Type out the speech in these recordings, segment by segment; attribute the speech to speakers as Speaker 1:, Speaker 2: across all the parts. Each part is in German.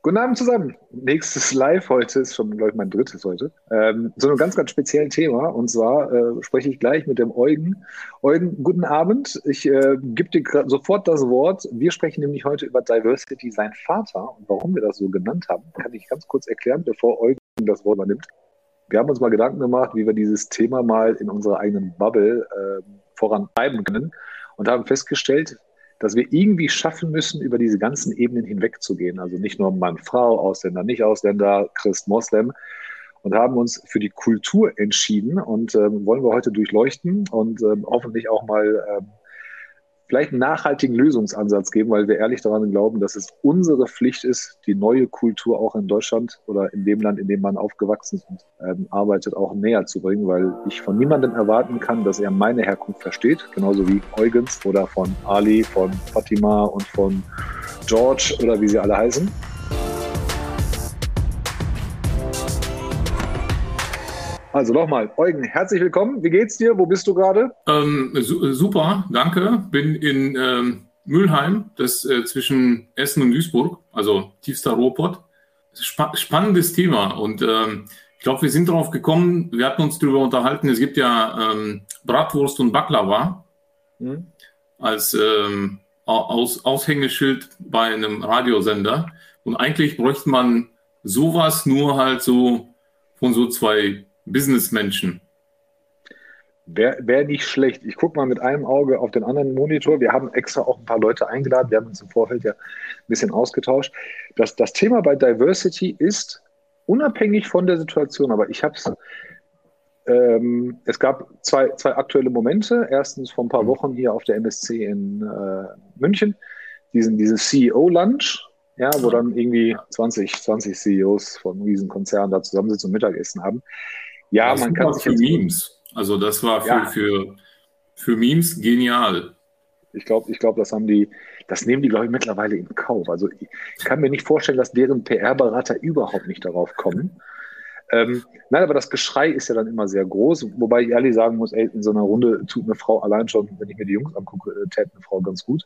Speaker 1: Guten Abend zusammen. Nächstes Live heute ist schon, glaube ich, mein drittes heute. So einem ganz, ganz speziellen Thema. Und zwar spreche ich gleich mit dem Eugen. Eugen, guten Abend. Ich gebe dir sofort das Wort. Wir sprechen nämlich heute über Diversity. Sein Vater und warum wir das so genannt haben, kann ich ganz kurz erklären, bevor Eugen das Wort übernimmt. Wir haben uns mal Gedanken gemacht, wie wir dieses Thema mal in unserer eigenen Bubble vorantreiben können und haben festgestellt, dass wir irgendwie schaffen müssen, über diese ganzen Ebenen hinwegzugehen. Also nicht nur Mann, Frau, Ausländer, Nicht-Ausländer, Christ, Moslem. Und haben uns für die Kultur entschieden und wollen wir heute durchleuchten und hoffentlich auch mal vielleicht einen nachhaltigen Lösungsansatz geben, weil wir ehrlich daran glauben, dass es unsere Pflicht ist, die neue Kultur auch in Deutschland oder in dem Land, in dem man aufgewachsen ist und arbeitet, auch näher zu bringen, weil ich von niemandem erwarten kann, dass er meine Herkunft versteht, genauso wie Eugens oder von Ali, von Fatima und von George oder wie sie alle heißen. Also nochmal, Eugen, herzlich willkommen. Wie geht's dir? Wo bist du gerade?
Speaker 2: Super, danke. Bin in Mülheim, das zwischen Essen und Duisburg, also tiefster Ruhrpott. Spannendes Thema und ich glaube, wir sind darauf gekommen, wir hatten uns darüber unterhalten, es gibt ja Bratwurst und Baklava als Aushängeschild bei einem Radiosender und eigentlich bräuchte man sowas nur halt so von so zwei Businessmenschen.
Speaker 1: Wär nicht schlecht. Ich gucke mal mit einem Auge auf den anderen Monitor. Wir haben extra auch ein paar Leute eingeladen. Wir haben uns im Vorfeld ja ein bisschen ausgetauscht. Das Thema bei Diversity ist unabhängig von der Situation, aber ich habe es gab zwei aktuelle Momente. Erstens vor ein paar Wochen hier auf der MSC in München, diese CEO-Lunch, ja, wo dann irgendwie 20 CEOs von Riesenkonzernen da zusammensitzen und Mittagessen haben. Ja,
Speaker 2: das
Speaker 1: man kann sich
Speaker 2: für Memes. Also das war für Memes genial.
Speaker 1: Ich glaube, das nehmen die, glaube ich, mittlerweile in Kauf. Also ich kann mir nicht vorstellen, dass deren PR-Berater überhaupt nicht darauf kommen. Nein, aber das Geschrei ist ja dann immer sehr groß, wobei ich ehrlich sagen muss, ey, in so einer Runde tut eine Frau allein schon, wenn ich mir die Jungs angucke, täte eine Frau ganz gut.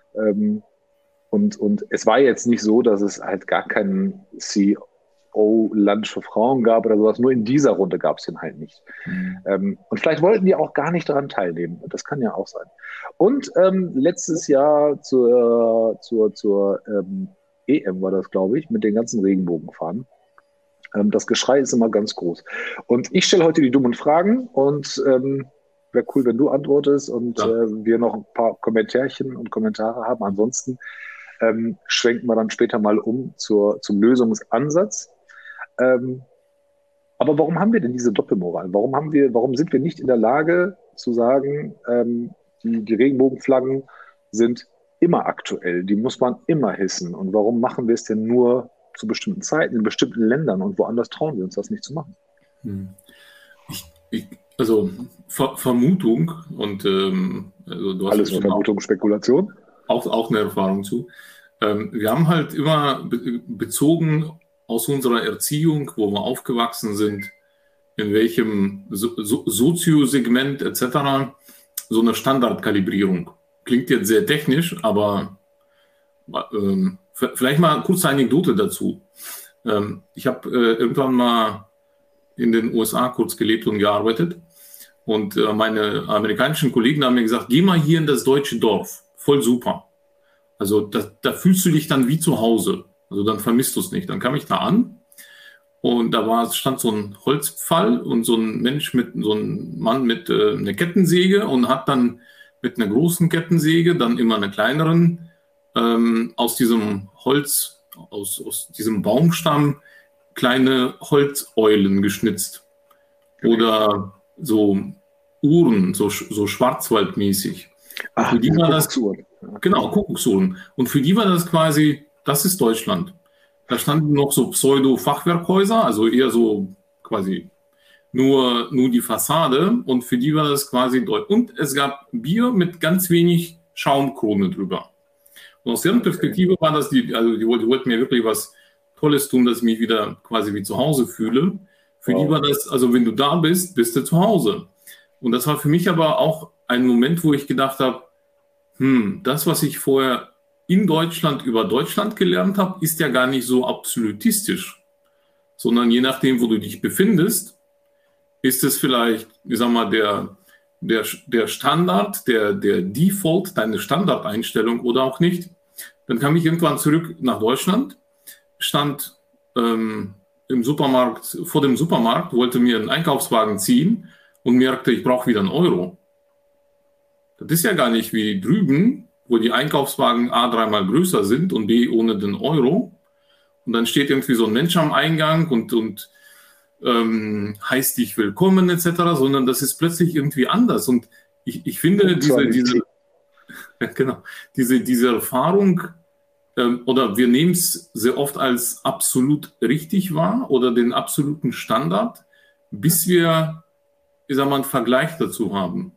Speaker 1: Und es war jetzt nicht so, dass es halt gar keinen CEO-Lunch für Frauen gab oder sowas. Nur in dieser Runde gab es den halt nicht. Und vielleicht wollten die auch gar nicht daran teilnehmen. Das kann ja auch sein. Und letztes Jahr zur EM war das, glaube ich, mit den ganzen Regenbogenfahnen. Das Geschrei ist immer ganz groß. Und ich stelle heute die dummen Fragen und wäre cool, wenn du antwortest und wir noch ein paar Kommentärchen und Kommentare haben. Ansonsten schwenken wir dann später mal um zum Lösungsansatz. Aber warum haben wir denn diese Doppelmoral? Warum sind wir nicht in der Lage zu sagen, die Regenbogenflaggen sind immer aktuell, die muss man immer hissen. Und warum machen wir es denn nur zu bestimmten Zeiten, in bestimmten Ländern und woanders trauen wir uns das nicht zu machen?
Speaker 2: Also Vermutung und also du hast
Speaker 1: alles nur Vermutung, Spekulation?
Speaker 2: Auch eine Erfahrung zu. Wir haben halt immer bezogen aus unserer Erziehung, wo wir aufgewachsen sind, in welchem Soziosegment etc., so eine Standardkalibrierung. Klingt jetzt sehr technisch, aber vielleicht mal eine kurze Anekdote dazu. Ich habe irgendwann mal in den USA kurz gelebt und gearbeitet und meine amerikanischen Kollegen haben mir gesagt, geh mal hier in das deutsche Dorf, voll super. Also da fühlst du dich dann wie zu Hause. Also dann vermisst du es nicht. Dann kam ich da an und stand so ein Holzpfahl und so ein Mann mit einer Kettensäge und hat dann mit einer großen Kettensäge dann immer eine kleineren aus diesem Holz, aus diesem Baumstamm kleine Holzeulen geschnitzt. Oder so Uhren, so schwarzwaldmäßig.
Speaker 1: Ach, die war das,
Speaker 2: genau, Kuckucksuhren. Und für die war das quasi, das ist Deutschland. Da standen noch so Pseudo-Fachwerkhäuser, also eher so quasi nur die Fassade. Und für die war das quasi Deutsch. Und es gab Bier mit ganz wenig Schaumkrone drüber. Und aus deren Perspektive war das, die wollten mir wirklich was Tolles tun, dass ich mich wieder quasi wie zu Hause fühle. Für die war das, also wenn du da bist, bist du zu Hause. Und das war für mich aber auch ein Moment, wo ich gedacht habe, das, was ich vorher in Deutschland über Deutschland gelernt habe, ist ja gar nicht so absolutistisch, sondern je nachdem, wo du dich befindest, ist es vielleicht, ich sag mal, der Standard, der Default, deine Standardeinstellung oder auch nicht. Dann kam ich irgendwann zurück nach Deutschland, stand im Supermarkt, vor dem Supermarkt, wollte mir einen Einkaufswagen ziehen und merkte, ich brauche wieder einen Euro. Das ist ja gar nicht wie drüben, wo die Einkaufswagen A dreimal größer sind und B ohne den Euro. Und dann steht irgendwie so ein Mensch am Eingang und heißt dich willkommen etc., sondern das ist plötzlich irgendwie anders. Und ich finde diese Erfahrung, oder wir nehmen es sehr oft als absolut richtig wahr oder den absoluten Standard, bis wir, ich sag mal, einen Vergleich dazu haben.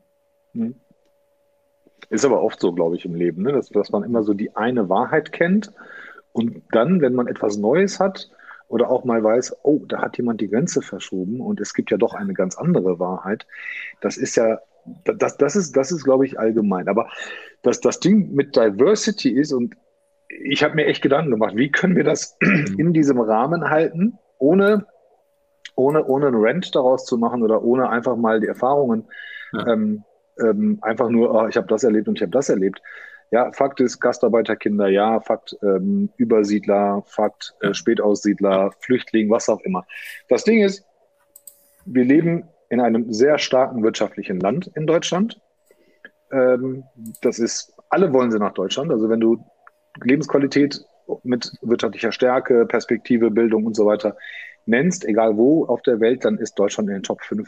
Speaker 1: Ist aber oft so, glaube ich, im Leben, ne? Dass man immer so die eine Wahrheit kennt und dann, wenn man etwas Neues hat oder auch mal weiß, oh, da hat jemand die Grenze verschoben und es gibt ja doch eine ganz andere Wahrheit. Das ist ja, das ist, glaube ich, allgemein. Aber das Ding mit Diversity ist, und ich habe mir echt Gedanken gemacht, wie können wir das in diesem Rahmen halten, ohne einen Rant daraus zu machen oder ohne einfach mal die Erfahrungen einfach nur, oh, ich habe das erlebt und ich habe das erlebt. Ja, Fakt ist, Gastarbeiterkinder, ja, Fakt, Übersiedler, Fakt, Spätaussiedler, Flüchtling, was auch immer. Das Ding ist, wir leben in einem sehr starken wirtschaftlichen Land in Deutschland. Das ist, alle wollen sie nach Deutschland. Also wenn du Lebensqualität mit wirtschaftlicher Stärke, Perspektive, Bildung und so weiter nennst, egal wo auf der Welt, dann ist Deutschland in den Top 5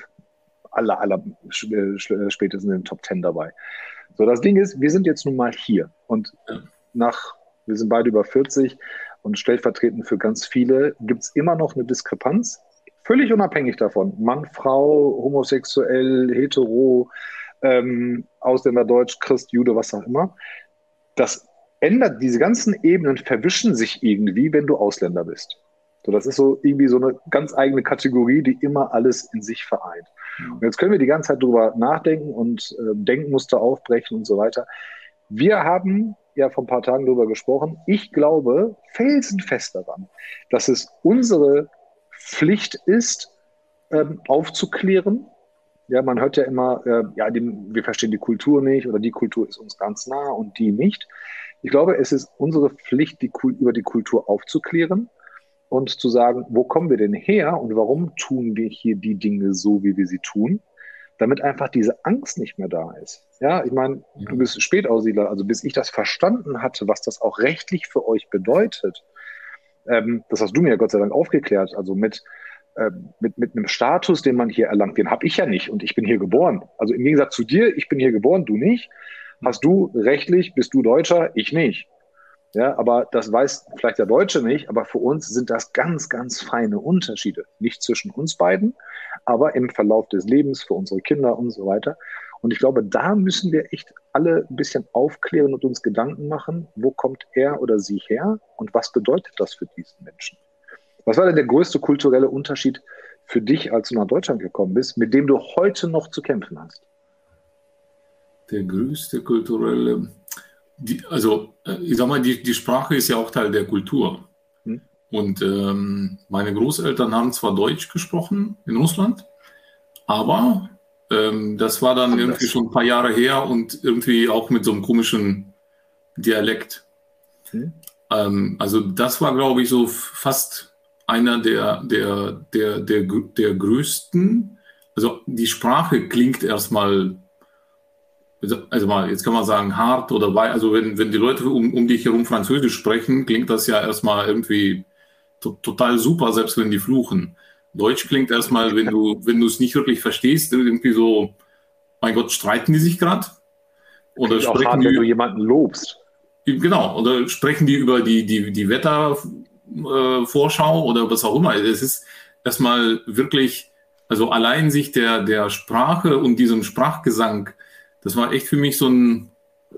Speaker 1: spätestens in den Top 10 dabei. So, das Ding ist, wir sind jetzt nun mal hier und wir sind beide über 40 und stellvertretend für ganz viele gibt es immer noch eine Diskrepanz, völlig unabhängig davon, Mann, Frau, homosexuell, hetero, Ausländer, Deutsch, Christ, Jude, was auch immer. Das ändert, diese ganzen Ebenen verwischen sich irgendwie, wenn du Ausländer bist. So, das ist so irgendwie so eine ganz eigene Kategorie, die immer alles in sich vereint. Und jetzt können wir die ganze Zeit drüber nachdenken und Denkmuster aufbrechen und so weiter. Wir haben ja vor ein paar Tagen darüber gesprochen. Ich glaube felsenfest daran, dass es unsere Pflicht ist, aufzuklären. Ja, man hört ja immer, wir verstehen die Kultur nicht oder die Kultur ist uns ganz nah und die nicht. Ich glaube, es ist unsere Pflicht, über die Kultur aufzuklären und zu sagen, wo kommen wir denn her und warum tun wir hier die Dinge so, wie wir sie tun, damit einfach diese Angst nicht mehr da ist. Ja, ich meine, du bist Spätaussiedler, also bis ich das verstanden hatte, was das auch rechtlich für euch bedeutet, das hast du mir ja Gott sei Dank aufgeklärt, also mit einem Status, den man hier erlangt, den habe ich ja nicht und ich bin hier geboren. Also im Gegensatz zu dir, ich bin hier geboren, du nicht. Hast du rechtlich, bist du Deutscher, ich nicht. Ja, aber das weiß vielleicht der Deutsche nicht, aber für uns sind das ganz, ganz feine Unterschiede. Nicht zwischen uns beiden, aber im Verlauf des Lebens für unsere Kinder und so weiter. Und ich glaube, da müssen wir echt alle ein bisschen aufklären und uns Gedanken machen, wo kommt er oder sie her und was bedeutet das für diesen Menschen? Was war denn der größte kulturelle Unterschied für dich, als du nach Deutschland gekommen bist, mit dem du heute noch zu kämpfen hast?
Speaker 2: Der größte kulturelle, ich sag mal, die Sprache ist ja auch Teil der Kultur. Und meine Großeltern haben zwar Deutsch gesprochen in Russland, aber das war dann irgendwie schon ein paar Jahre her und irgendwie auch mit so einem komischen Dialekt. Also das war, glaube ich, so fast einer der größten. Also die Sprache klingt erstmal, also mal, jetzt kann man sagen, hart oder weich. Also wenn die Leute um dich herum Französisch sprechen, klingt das ja erstmal irgendwie total super, selbst wenn die fluchen. Deutsch klingt erstmal, wenn du es nicht wirklich verstehst, irgendwie so, mein Gott, streiten die sich gerade? Oder
Speaker 1: sprechen auch hart, wenn du jemanden lobst.
Speaker 2: Genau, oder sprechen die über die Wettervorschau oder was auch immer. Es ist erstmal wirklich, also allein sich der Sprache und diesem Sprachgesang, das war echt für mich so ein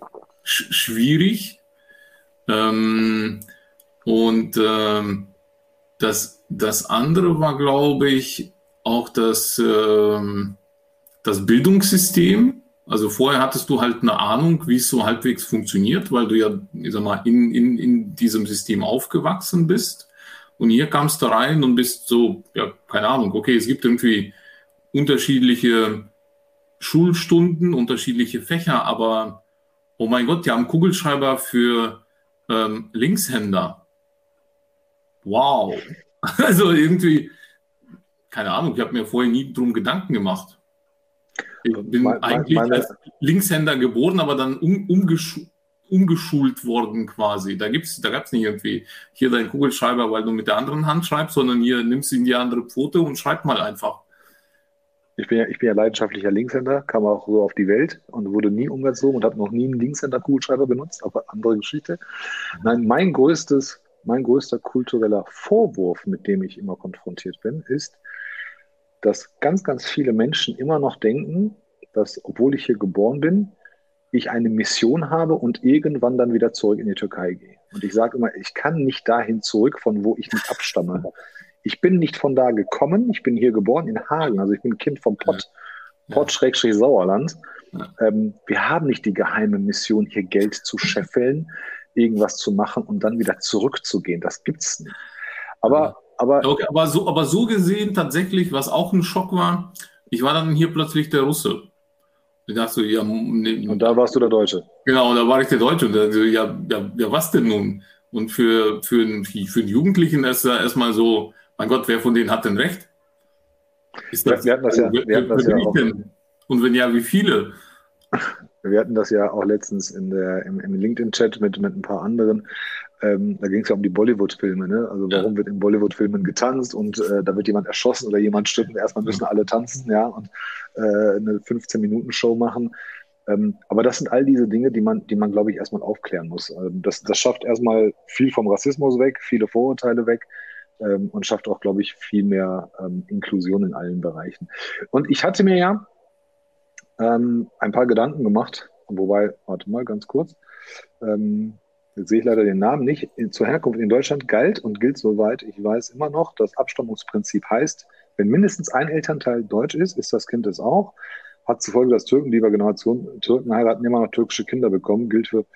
Speaker 2: schwierig. Das andere war, glaube ich, auch das Bildungssystem. Also vorher hattest du halt eine Ahnung, wie es so halbwegs funktioniert, weil du ja, ich sag mal, in diesem System aufgewachsen bist. Und hier kamst du rein und bist so, ja, keine Ahnung, okay, es gibt irgendwie unterschiedliche Schulstunden, unterschiedliche Fächer, aber oh mein Gott, die haben Kugelschreiber für Linkshänder. Wow. Also irgendwie, keine Ahnung, ich habe mir vorher nie drum Gedanken gemacht. Ich bin eigentlich als Linkshänder geboren, aber dann umgeschult worden quasi. Da gab es nicht irgendwie hier deinen Kugelschreiber, weil du mit der anderen Hand schreibst, sondern hier nimmst du in die andere Pfote und schreib mal einfach.
Speaker 1: Ich bin ja leidenschaftlicher Linkshänder, kam auch so auf die Welt und wurde nie umgezogen und habe noch nie einen Linkshänder-Kugelschreiber benutzt, aber andere Geschichte. Nein, mein größter kultureller Vorwurf, mit dem ich immer konfrontiert bin, ist, dass ganz, ganz viele Menschen immer noch denken, dass, obwohl ich hier geboren bin, ich eine Mission habe und irgendwann dann wieder zurück in die Türkei gehe. Und ich sage immer, ich kann nicht dahin zurück, von wo ich nicht abstamme. Ich bin nicht von da gekommen, ich bin hier geboren in Hagen, also ich bin Kind vom Pott-Sauerland. Wir haben nicht die geheime Mission, hier Geld zu scheffeln, irgendwas zu machen und dann wieder zurückzugehen. Das gibt's nicht. Aber
Speaker 2: so gesehen tatsächlich, was auch ein Schock war, ich war dann hier plötzlich der Russe. Ich dachte so, ja,
Speaker 1: und da warst du der Deutsche.
Speaker 2: Genau, da war ich der Deutsche. Und dann so, ja, was denn nun? Und für einen Jugendlichen ist da erstmal so, mein Gott, wer von denen hat denn recht?
Speaker 1: Wir hatten das ja auch.
Speaker 2: Und wenn ja, wie viele?
Speaker 1: Wir hatten das ja auch letztens im LinkedIn-Chat mit ein paar anderen. Da ging es ja um die Bollywood-Filme. Ne? Also warum wird in Bollywood-Filmen getanzt und da wird jemand erschossen oder jemand stirbt und erstmal müssen alle tanzen, ja, und eine 15-Minuten-Show machen. Aber das sind all diese Dinge, die man, glaube ich, erstmal aufklären muss. Das schafft erstmal viel vom Rassismus weg, viele Vorurteile weg. Und schafft auch, glaube ich, viel mehr Inklusion in allen Bereichen. Und ich hatte mir ja ein paar Gedanken gemacht, wobei, warte mal ganz kurz, jetzt sehe ich leider den Namen nicht, zur Herkunft in Deutschland galt und gilt, soweit ich weiß, immer noch, das Abstammungsprinzip heißt, wenn mindestens ein Elternteil deutsch ist das Kind es auch, hat zur Folge, dass Türken, die über Generationen Türken heiraten, immer noch türkische Kinder bekommen, gilt für,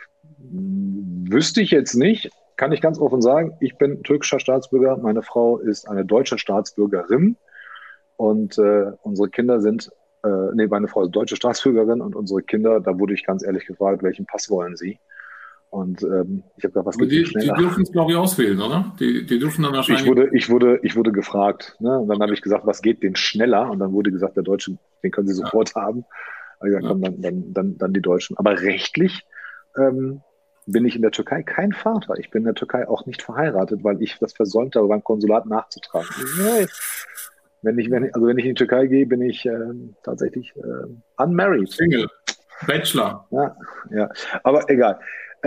Speaker 1: wüsste ich jetzt nicht, kann ich ganz offen sagen, ich bin türkischer Staatsbürger, meine Frau ist eine deutsche Staatsbürgerin und unsere Kinder sind, meine Frau ist deutsche Staatsbürgerin und unsere Kinder, da wurde ich ganz ehrlich gefragt, welchen Pass wollen sie? Und ich habe gedacht, was geht
Speaker 2: die dürfen es, glaube ich, auswählen, oder? Die dürfen dann wahrscheinlich...
Speaker 1: Ich wurde gefragt, ne? Und dann habe ich gesagt, was geht denn schneller? Und dann wurde gesagt, der Deutsche, den können sie sofort haben. Aber ich gesagt, komm, dann die Deutschen. Aber rechtlich bin ich in der Türkei kein Vater. Ich bin in der Türkei auch nicht verheiratet, weil ich das versäumt habe, beim Konsulat nachzutragen. Wenn ich in die Türkei gehe, bin ich tatsächlich unmarried.
Speaker 2: Single, Bachelor.
Speaker 1: Ja. Aber egal.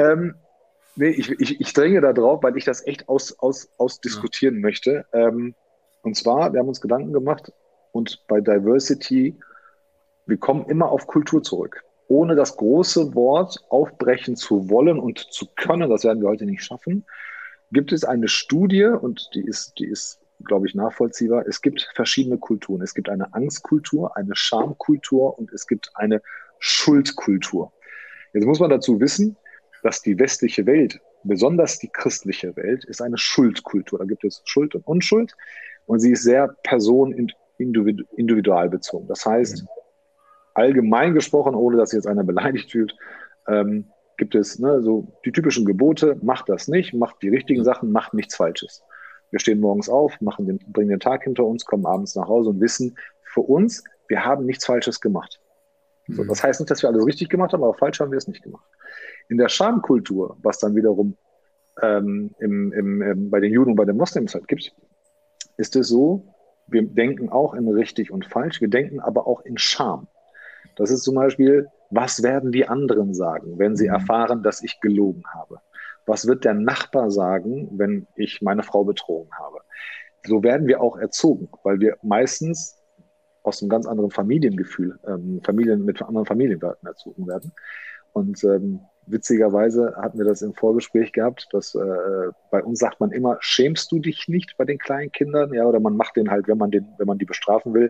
Speaker 1: Ich dränge da drauf, weil ich das echt ausdiskutieren möchte. Und zwar, wir haben uns Gedanken gemacht und bei Diversity, wir kommen immer auf Kultur zurück. Ohne das große Wort aufbrechen zu wollen und zu können, das werden wir heute nicht schaffen, gibt es eine Studie und die ist, glaube ich, nachvollziehbar. Es gibt verschiedene Kulturen. Es gibt eine Angstkultur, eine Schamkultur und es gibt eine Schuldkultur. Jetzt muss man dazu wissen, dass die westliche Welt, besonders die christliche Welt, ist eine Schuldkultur. Da gibt es Schuld und Unschuld und sie ist sehr personen-individual bezogen. Das heißt, allgemein gesprochen, ohne dass jetzt einer beleidigt fühlt, gibt es so die typischen Gebote, macht das nicht, macht die richtigen Sachen, macht nichts Falsches. Wir stehen morgens auf, bringen den Tag hinter uns, kommen abends nach Hause und wissen, für uns, wir haben nichts Falsches gemacht. So, das heißt nicht, dass wir alles richtig gemacht haben, aber falsch haben wir es nicht gemacht. In der Schamkultur, was dann wiederum bei den Juden und bei den Moslems halt gibt, ist es so, wir denken auch in richtig und falsch, wir denken aber auch in Scham. Das ist zum Beispiel, was werden die anderen sagen, wenn sie erfahren, dass ich gelogen habe? Was wird der Nachbar sagen, wenn ich meine Frau betrogen habe? So werden wir auch erzogen, weil wir meistens aus einem ganz anderen Familiengefühl, Familien mit anderen Familienwerten erzogen werden. Und witzigerweise hatten wir das im Vorgespräch gehabt, dass bei uns sagt man immer, schämst du dich nicht bei den kleinen Kindern? Ja, oder man macht den halt, wenn man die bestrafen will,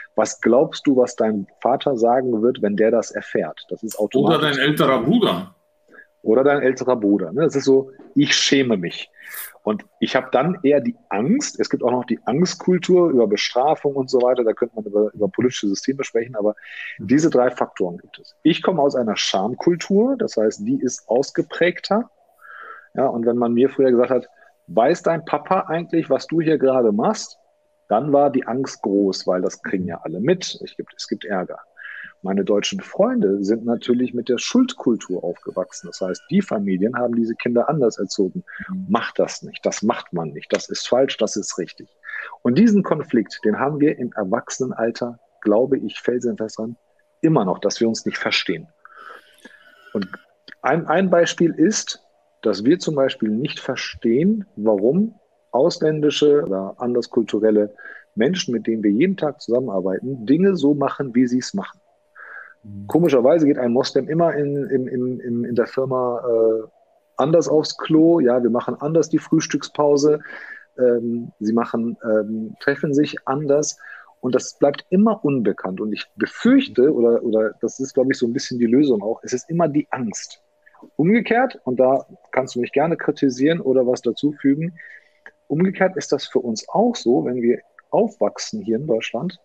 Speaker 1: Was glaubst du, was dein Vater sagen wird, wenn der das erfährt? Das ist automatisch.
Speaker 2: Oder dein älterer Bruder.
Speaker 1: Oder dein älterer Bruder. Ne? Das ist so, ich schäme mich. Und ich habe dann eher die Angst, es gibt auch noch die Angstkultur über Bestrafung und so weiter, da könnte man über politische Systeme sprechen, aber diese 3 Faktoren gibt es. Ich komme aus einer Schamkultur, das heißt, die ist ausgeprägter. Ja, und wenn man mir früher gesagt hat, weiß dein Papa eigentlich, was du hier gerade machst, dann war die Angst groß, weil das kriegen ja alle mit, es gibt Ärger. Meine deutschen Freunde sind natürlich mit der Schuldkultur aufgewachsen. Das heißt, die Familien haben diese Kinder anders erzogen. Macht das nicht, das macht man nicht, das ist falsch, das ist richtig. Und diesen Konflikt, den haben wir im Erwachsenenalter, glaube ich, felsenfest dran, immer noch, dass wir uns nicht verstehen. Und ein Beispiel ist, dass wir zum Beispiel nicht verstehen, warum ausländische oder anderskulturelle Menschen, mit denen wir jeden Tag zusammenarbeiten, Dinge so machen, wie sie es machen. Komischerweise geht ein Moslem immer in der Firma anders aufs Klo. Ja, wir machen anders die Frühstückspause. Sie treffen sich anders. Und das bleibt immer unbekannt. Und ich befürchte, oder das ist, glaube ich, so ein bisschen die Lösung auch, es ist immer die Angst. Umgekehrt, und da kannst du mich gerne kritisieren oder was dazufügen, umgekehrt ist das für uns auch so, wenn wir aufwachsen hier in Deutschland,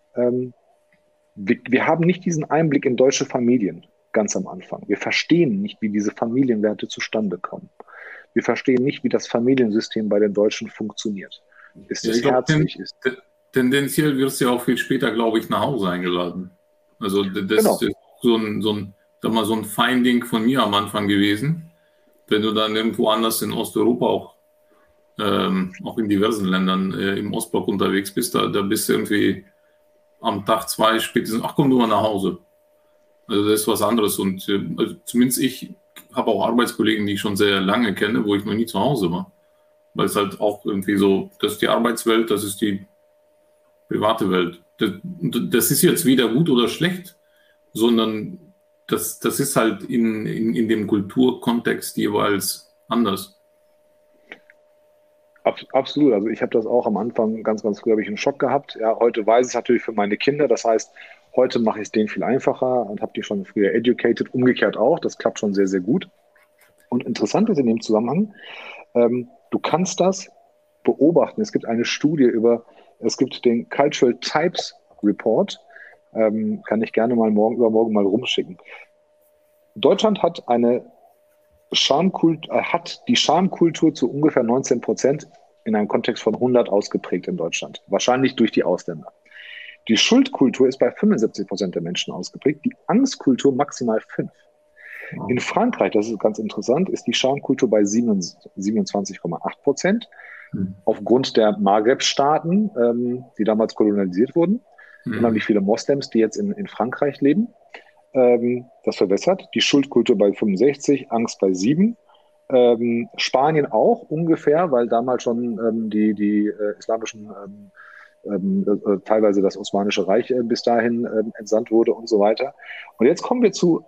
Speaker 1: wir haben nicht diesen Einblick in deutsche Familien ganz am Anfang. Wir verstehen nicht, wie diese Familienwerte zustande kommen. Wir verstehen nicht, wie das Familiensystem bei den Deutschen funktioniert. Ist es herzlich?
Speaker 2: Tendenziell wirst du ja auch viel später, glaube ich, nach Hause eingeladen. Also das ist so ein Finding von mir am Anfang gewesen. Wenn du dann irgendwo anders in Osteuropa auch in diversen Ländern im Ostblock unterwegs bist, da bist du irgendwie am Tag 2 spätestens, ach komm du mal nach Hause. Also das ist was anderes. Und also zumindest ich habe auch Arbeitskollegen, die ich schon sehr lange kenne, wo ich noch nie zu Hause war. Weil es halt auch irgendwie so, das ist die Arbeitswelt, das ist die private Welt. Das ist jetzt weder gut oder schlecht, sondern das ist halt in dem Kulturkontext jeweils anders.
Speaker 1: Absolut. Also ich habe das auch am Anfang ganz, ganz früh habe ich einen Schock gehabt. Ja, heute weiß ich es natürlich für meine Kinder. Das heißt, heute mache ich es denen viel einfacher und habe die schon früher educated. Umgekehrt auch. Das klappt schon sehr, sehr gut. Und interessant ist in dem Zusammenhang, du kannst das beobachten. Es gibt eine Studie es gibt den Cultural Types Report. Kann ich gerne mal übermorgen mal rumschicken. Deutschland hat die Schamkultur zu ungefähr 19% in einem Kontext von 100 ausgeprägt in Deutschland. Wahrscheinlich durch die Ausländer. Die Schuldkultur ist bei 75% der Menschen ausgeprägt, die Angstkultur maximal 5%. In Frankreich, das ist ganz interessant, ist die Schamkultur bei 27,8%. Aufgrund der Maghreb-Staaten, die damals kolonialisiert wurden. Unheimlich viele Moslems, die jetzt in Frankreich leben. Das verbessert. Die Schuldkultur bei 65, Angst bei 7. Spanien auch ungefähr, weil damals schon die islamischen, teilweise das Osmanische Reich bis dahin entsandt wurde und so weiter. Und jetzt kommen wir zu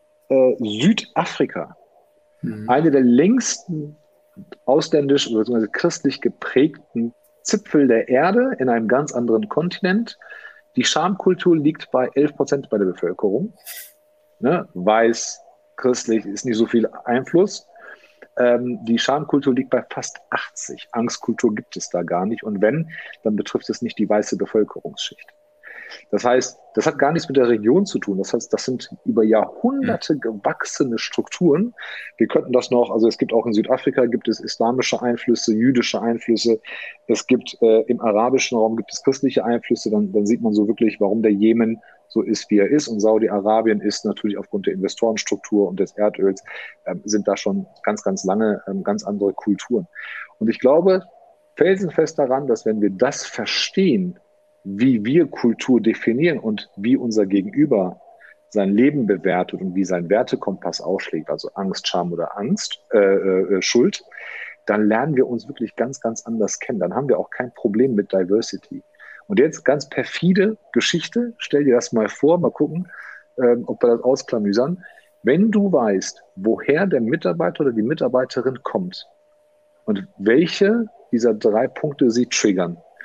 Speaker 1: Südafrika. Eine der längsten ausländisch bzw. christlich geprägten Zipfel der Erde in einem ganz anderen Kontinent. Die Schamkultur liegt bei 11% bei der Bevölkerung. Ne? Weiß, christlich ist nicht so viel Einfluss. Die Schamkultur liegt bei fast 80. Angstkultur gibt es da gar nicht. Und wenn, dann betrifft es nicht die weiße Bevölkerungsschicht. Das heißt, das hat gar nichts mit der Region zu tun. Das heißt, das sind über Jahrhunderte gewachsene Strukturen. Wir könnten das noch, also es gibt auch in Südafrika gibt es islamische Einflüsse, jüdische Einflüsse. Es gibt im arabischen Raum gibt es christliche Einflüsse. Dann sieht man so wirklich, warum der Jemen so ist, wie er ist. Und Saudi-Arabien ist natürlich aufgrund der Investorenstruktur und des Erdöls sind da schon ganz, ganz lange ganz andere Kulturen. Und ich glaube felsenfest daran, dass wenn wir das verstehen, wie wir Kultur definieren und wie unser Gegenüber sein Leben bewertet und wie sein Wertekompass ausschlägt, also Angst, Scham oder Schuld, dann lernen wir uns wirklich ganz, ganz anders kennen. Dann haben wir auch kein Problem mit Diversity. Und jetzt ganz perfide Geschichte, stell dir das mal vor, mal gucken, ob wir das ausklamüsern. Wenn du weißt, woher der Mitarbeiter oder die Mitarbeiterin kommt und welche dieser 3 Punkte sie triggern,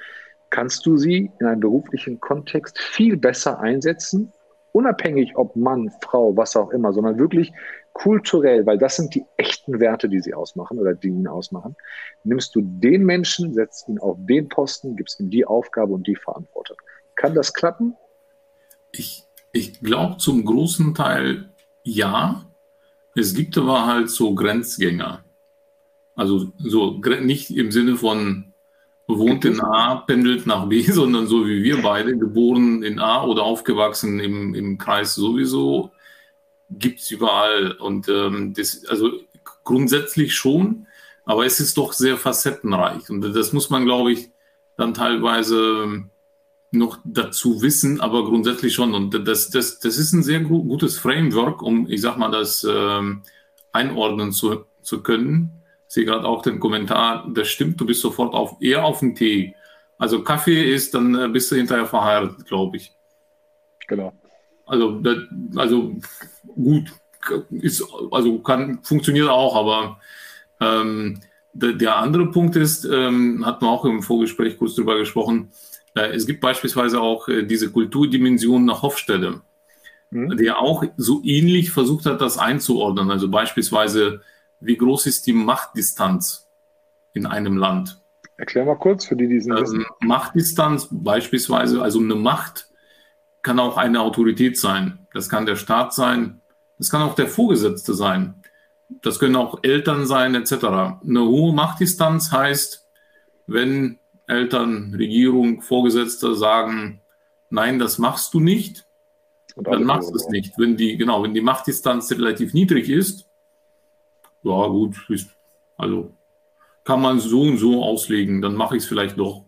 Speaker 1: kannst du sie in einem beruflichen Kontext viel besser einsetzen, unabhängig ob Mann, Frau, was auch immer, sondern wirklich kulturell, weil das sind die echten Werte, die sie ausmachen oder die ihn ausmachen. Nimmst du den Menschen, setzt ihn auf den Posten, gibst ihm die Aufgabe und die Verantwortung. Kann das klappen?
Speaker 2: Ich glaube zum großen Teil ja. Es gibt aber halt so Grenzgänger. Also so nicht im Sinne von wohnt in A, pendelt nach B, sondern so wie wir beide, geboren in A oder aufgewachsen im Kreis sowieso, gibt es überall. Und also grundsätzlich schon, aber es ist doch sehr facettenreich. Und das muss man, glaube ich, dann teilweise noch dazu wissen, aber grundsätzlich schon. Und das ist ein sehr gutes Framework, um, ich sag mal, das einordnen zu können. Ich sehe gerade auch den Kommentar, das stimmt, du bist sofort eher auf den Tee. Also Kaffee ist, dann bist du hinterher verheiratet, glaube ich.
Speaker 1: Genau.
Speaker 2: Also gut, funktioniert auch, aber der andere Punkt ist, hatten wir auch im Vorgespräch kurz drüber gesprochen, es gibt beispielsweise auch diese Kulturdimension nach Hofstede, der auch so ähnlich versucht hat, das einzuordnen. Also beispielsweise, wie groß ist die Machtdistanz in einem Land?
Speaker 1: Erklär mal kurz für die es wissen.
Speaker 2: Machtdistanz beispielsweise, also eine Macht kann auch eine Autorität sein. Das kann der Staat sein, das kann auch der Vorgesetzte sein. Das können auch Eltern sein, etc. Eine hohe Machtdistanz heißt, wenn Eltern, Regierung, Vorgesetzte sagen, nein, das machst du nicht, dann machst du es nicht. Wenn die Machtdistanz relativ niedrig ist, ja gut, also kann man so und so auslegen, dann mache ich es vielleicht doch.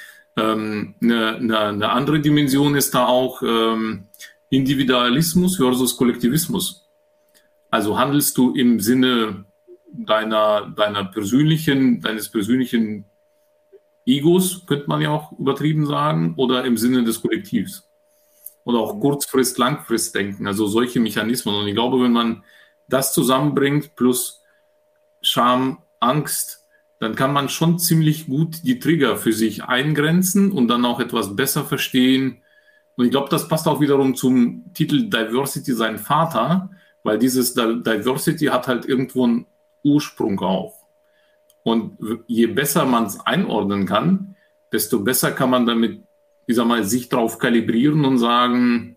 Speaker 2: Eine andere Dimension ist da auch Individualismus versus Kollektivismus. Also handelst du im Sinne deines persönlichen Egos, könnte man ja auch übertrieben sagen, oder im Sinne des Kollektivs. Oder auch Kurzfrist-, Langfrist-Denken, also solche Mechanismen. Und ich glaube, wenn man das zusammenbringt, plus Scham, Angst, dann kann man schon ziemlich gut die Trigger für sich eingrenzen und dann auch etwas besser verstehen. Und ich glaube, das passt auch wiederum zum Titel Diversity, sein Vater, weil dieses Diversity hat halt irgendwo einen Ursprung auch. Und je besser man es einordnen kann, desto besser kann man damit, ich sag mal, sich drauf kalibrieren und sagen,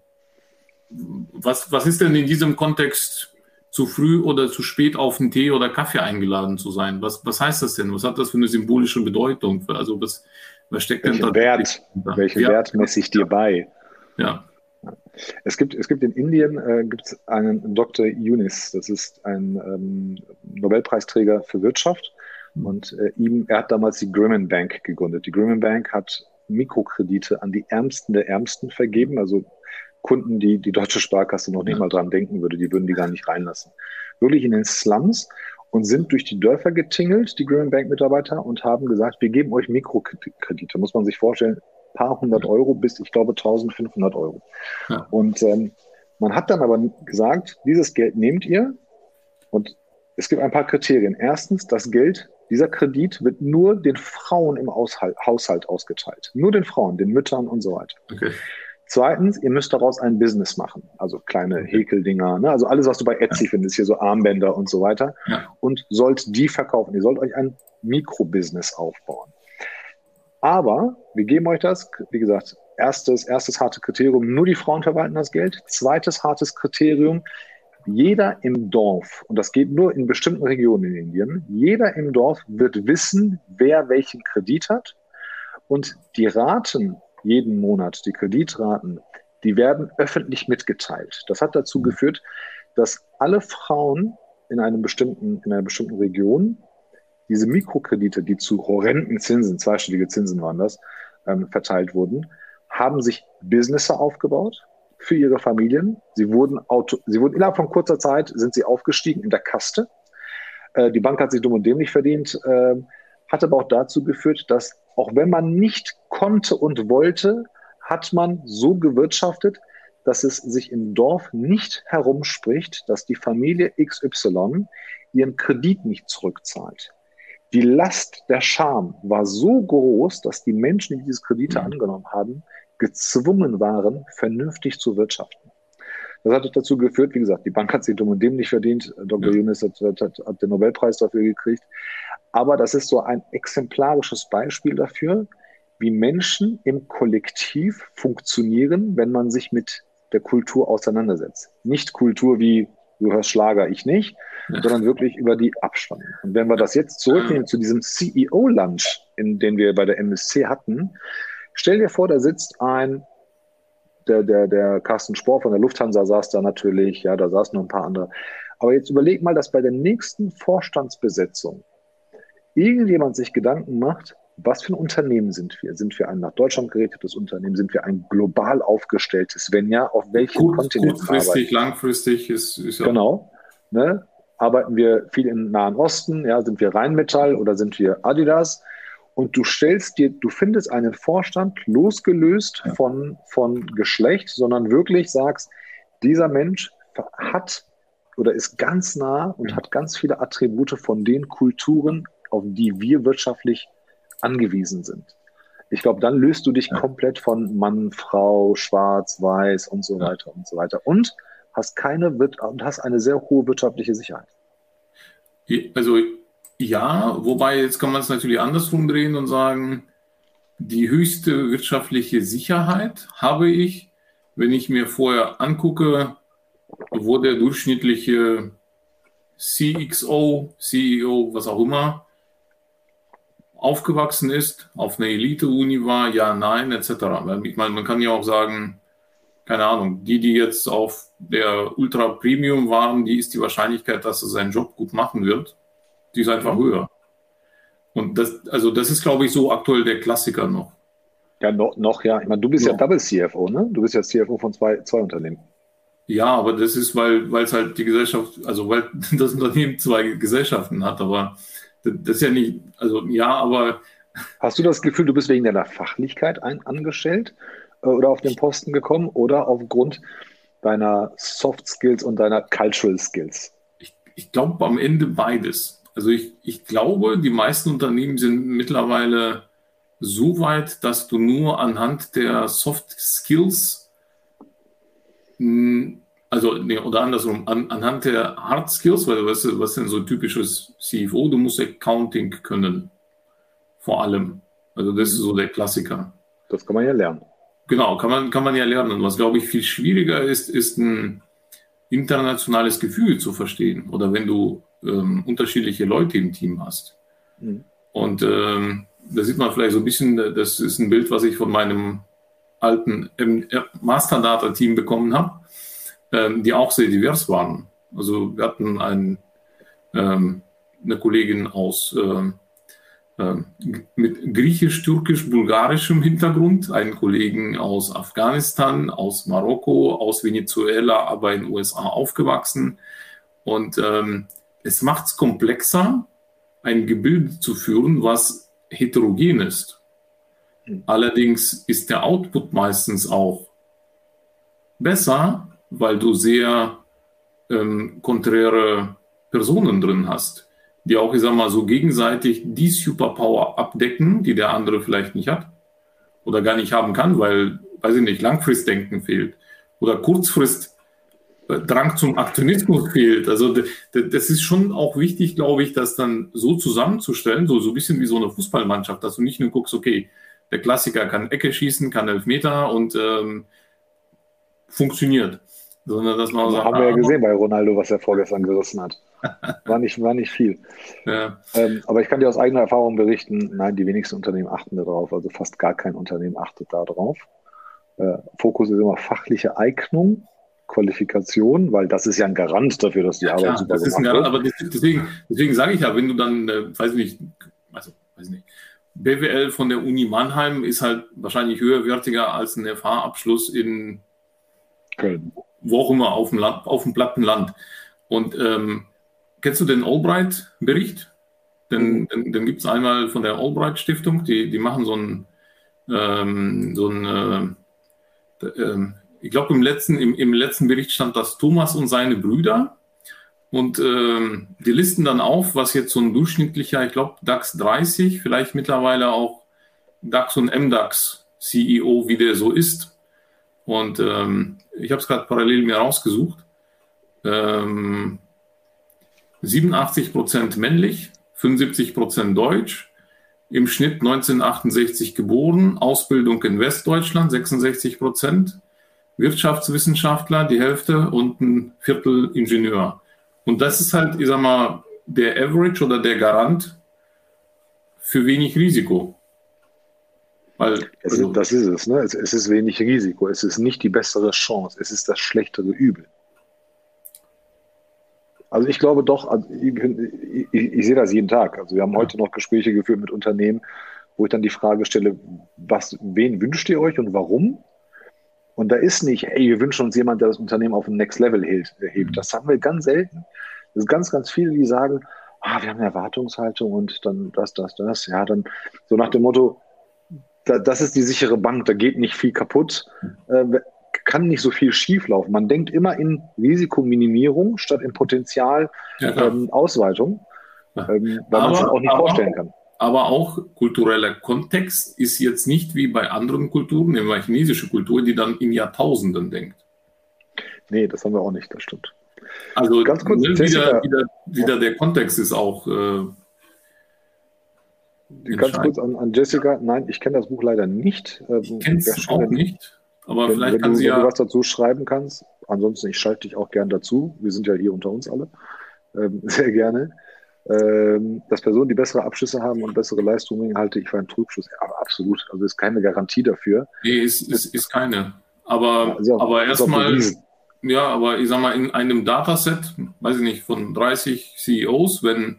Speaker 2: was ist denn in diesem Kontext zu früh oder zu spät auf einen Tee oder Kaffee eingeladen zu sein? Was heißt das denn? Was hat das für eine symbolische Bedeutung? Also was steckt denn da?
Speaker 1: Welchen Wert messe ich dir bei?
Speaker 2: Ja.
Speaker 1: Es gibt in Indien gibt's einen Dr. Yunus, das ist ein Nobelpreisträger für Wirtschaft. Und er hat damals die Grameen Bank gegründet. Die Grameen Bank hat Mikrokredite an die Ärmsten der Ärmsten vergeben, also Kunden, die Deutsche Sparkasse noch nicht mal dran denken würde, die würden die gar nicht reinlassen. Wirklich in den Slums und sind durch die Dörfer getingelt, die Grameen Bank Mitarbeiter, und haben gesagt, wir geben euch Mikrokredite. Muss man sich vorstellen, paar hundert Euro bis, ich glaube, 1.500 Euro. Ja. Und man hat dann aber gesagt, dieses Geld nehmt ihr, und es gibt ein paar Kriterien. Erstens, das Geld, dieser Kredit wird nur den Frauen im Haushalt ausgeteilt. Nur den Frauen, den Müttern und so weiter. Okay. Zweitens, ihr müsst daraus ein Business machen. Also kleine Häkeldinger, ne? Also alles, was du bei Etsy findest, hier so Armbänder und so weiter. Ja. Und sollt die verkaufen. Ihr sollt euch ein Mikrobusiness aufbauen. Aber wir geben euch das, wie gesagt, erstes harte Kriterium, nur die Frauen verwalten das Geld. Zweites hartes Kriterium, jeder im Dorf, und das geht nur in bestimmten Regionen in Indien, jeder im Dorf wird wissen, wer welchen Kredit hat, und die Raten jeden Monat, die Kreditraten, die werden öffentlich mitgeteilt. Das hat dazu geführt, dass alle Frauen in einer bestimmten Region diese Mikrokredite, die zu horrenden Zinsen, zweistellige Zinsen waren das, verteilt wurden, haben sich Businesses aufgebaut für ihre Familien. Sie wurden innerhalb von kurzer Zeit sind sie aufgestiegen in der Kaste. Die Bank hat sich dumm und dämlich verdient, hat aber auch dazu geführt, dass auch wenn man nicht konnte und wollte, hat man so gewirtschaftet, dass es sich im Dorf nicht herumspricht, dass die Familie XY ihren Kredit nicht zurückzahlt. Die Last der Scham war so groß, dass die Menschen, die diese Kredite angenommen haben, gezwungen waren, vernünftig zu wirtschaften. Das hat dazu geführt, wie gesagt, die Bank hat sich dumm und dämlich verdient. Dr. Yunus hat den Nobelpreis dafür gekriegt. Aber das ist so ein exemplarisches Beispiel dafür, wie Menschen im Kollektiv funktionieren, wenn man sich mit der Kultur auseinandersetzt. Nicht Kultur wie, du hörst Schlager, ich nicht, sondern wirklich über die Abspannung. Und wenn wir das jetzt zurücknehmen zu diesem CEO-Lunch, den wir bei der MSC hatten, stell dir vor, da sitzt der Carsten Spohr von der Lufthansa saß da natürlich, ja, da saßen noch ein paar andere. Aber jetzt überleg mal, dass bei der nächsten Vorstandsbesetzung irgendjemand sich Gedanken macht, was für ein Unternehmen sind wir? Sind wir ein nach Deutschland gerichtetes Unternehmen? Sind wir ein global aufgestelltes? Wenn ja, auf welchem Kontinent
Speaker 2: kurzfristig, langfristig ist ja...
Speaker 1: Genau. Ne? Arbeiten wir viel im Nahen Osten? Ja, sind wir Rheinmetall oder sind wir Adidas? Und du findest einen Vorstand losgelöst von Geschlecht, sondern wirklich sagst, dieser Mensch hat oder ist ganz nah und hat ganz viele Attribute von den Kulturen, auf die wir wirtschaftlich angewiesen sind. Ich glaube, dann löst du dich komplett von Mann, Frau, Schwarz, Weiß und so weiter und so weiter. Und hast eine sehr hohe wirtschaftliche Sicherheit.
Speaker 2: Also ja, wobei jetzt kann man es natürlich andersrum drehen und sagen, die höchste wirtschaftliche Sicherheit habe ich, wenn ich mir vorher angucke, wo der durchschnittliche CXO, CEO, was auch immer, aufgewachsen ist, auf einer Elite-Uni war, ja, nein, etc. Ich meine, man kann ja auch sagen, keine Ahnung, die jetzt auf der Ultra-Premium waren, die ist die Wahrscheinlichkeit, dass er seinen Job gut machen wird, die ist einfach höher. Und das ist, glaube ich, so aktuell der Klassiker noch.
Speaker 1: Ja, ja. Ich meine, du bist ja Double CFO, ne? Du bist ja CFO von zwei Unternehmen.
Speaker 2: Ja, aber das ist, weil es halt die Gesellschaft, also weil das Unternehmen zwei Gesellschaften hat, aber das ist ja nicht, also ja, aber...
Speaker 1: Hast du das Gefühl, du bist wegen deiner Fachlichkeit angestellt oder auf den Posten gekommen oder aufgrund deiner Soft Skills und deiner Cultural Skills?
Speaker 2: Ich glaube am Ende beides. Also ich glaube, die meisten Unternehmen sind mittlerweile so weit, dass du nur anhand der Soft Skills, oder andersrum, anhand der Hard Skills, weil was ist denn so ein typisches CFO? Du musst Accounting können, vor allem. Also das ist so der Klassiker.
Speaker 1: Das kann man ja lernen.
Speaker 2: Genau, kann man ja lernen. Und was, glaube ich, viel schwieriger ist ein internationales Gefühl zu verstehen. Oder wenn du unterschiedliche Leute im Team hast. Und da sieht man vielleicht so ein bisschen, das ist ein Bild, was ich von meinem alten Masterdata-Team bekommen habe, die auch sehr divers waren. Also wir hatten eine Kollegin aus mit griechisch, türkisch, bulgarischem Hintergrund, einen Kollegen aus Afghanistan, aus Marokko, aus Venezuela, aber in den USA aufgewachsen. Und es macht es komplexer, ein Gebilde zu führen, was heterogen ist. Allerdings ist der Output meistens auch besser, weil du sehr konträre Personen drin hast, die auch, ich sag mal, so gegenseitig die Superpower abdecken, die der andere vielleicht nicht hat oder gar nicht haben kann, weil, weiß ich nicht, Langfristdenken fehlt oder Kurzfristdrang zum Aktionismus fehlt. Also das ist schon auch wichtig, glaube ich, das dann so zusammenzustellen, so ein bisschen wie so eine Fußballmannschaft, dass du nicht nur guckst, okay, der Klassiker kann Ecke schießen, kann Elfmeter und funktioniert. Sondern dass man sagt,
Speaker 1: haben wir ja gesehen bei Ronaldo, was er vorgestern gerissen hat. War nicht viel.
Speaker 2: Ja.
Speaker 1: Aber ich kann dir aus eigener Erfahrung berichten, nein, die wenigsten Unternehmen achten darauf. Also fast gar kein Unternehmen achtet darauf. Fokus ist immer fachliche Eignung, Qualifikation, weil das ist ja ein Garant dafür, dass die Arbeit super gemacht wird.
Speaker 2: Aber deswegen sage ich ja, wenn du dann, weiß nicht, BWL von der Uni Mannheim ist halt wahrscheinlich höherwertiger als ein FH-Abschluss in
Speaker 1: Köln.
Speaker 2: Wo auch immer, auf dem platten Land. Und kennst du den Albright-Bericht? Dann gibt es einmal von der Albright-Stiftung, die machen ich glaube im letzten Bericht stand das Thomas und seine Brüder. und die listen dann auf, was jetzt so ein durchschnittlicher, ich glaube DAX 30, vielleicht mittlerweile auch DAX und MDAX CEO, wie der so ist. Und ich habe es gerade parallel mir rausgesucht. 87% männlich, 75% deutsch, im Schnitt 1968 geboren, Ausbildung in Westdeutschland 66%, Wirtschaftswissenschaftler die Hälfte und ein Viertel Ingenieur. Und das ist halt, ich sag mal, der Average oder der Garant für wenig Risiko. Weil,
Speaker 1: das ist es, ne? Es ist wenig Risiko, es ist nicht die bessere Chance, es ist das schlechtere Übel. Also ich glaube doch, also ich sehe das jeden Tag. Also wir haben heute noch Gespräche geführt mit Unternehmen, wo ich dann die Frage stelle, wen wünscht ihr euch und warum? Und da ist nicht, ey, wir wünschen uns jemand, der das Unternehmen auf ein Next Level hebt. Das haben wir ganz selten. Es sind ganz, ganz viele, die sagen, wir haben eine Erwartungshaltung und dann das. Ja, dann so nach dem Motto, das ist die sichere Bank, da geht nicht viel kaputt, kann nicht so viel schieflaufen. Man denkt immer in Risikominimierung statt in Potenzialausweitung, weil man es auch nicht vorstellen kann.
Speaker 2: Aber auch kultureller Kontext ist jetzt nicht wie bei anderen Kulturen, nehmen wir chinesische Kultur, die dann in Jahrtausenden denkt.
Speaker 1: Nee, das haben wir auch nicht, das stimmt.
Speaker 2: Also ganz kurz, wieder der Kontext ist auch
Speaker 1: ganz kurz an Jessica. Nein, ich kenne das Buch leider nicht.
Speaker 2: Ich kenne es auch nicht, aber vielleicht kann sie
Speaker 1: wenn du was dazu schreiben kannst. Ansonsten, ich schalte dich auch gern dazu. Wir sind ja hier unter uns alle. Sehr gerne. Dass Personen, die bessere Abschlüsse haben und bessere Leistungen, halte ich für einen Trugschluss. Aber absolut. Also ist keine Garantie dafür.
Speaker 2: Nee, ist keine. Aber erstmal, ja, aber ich sag mal, in einem Dataset, weiß ich nicht, von 30 CEOs, wenn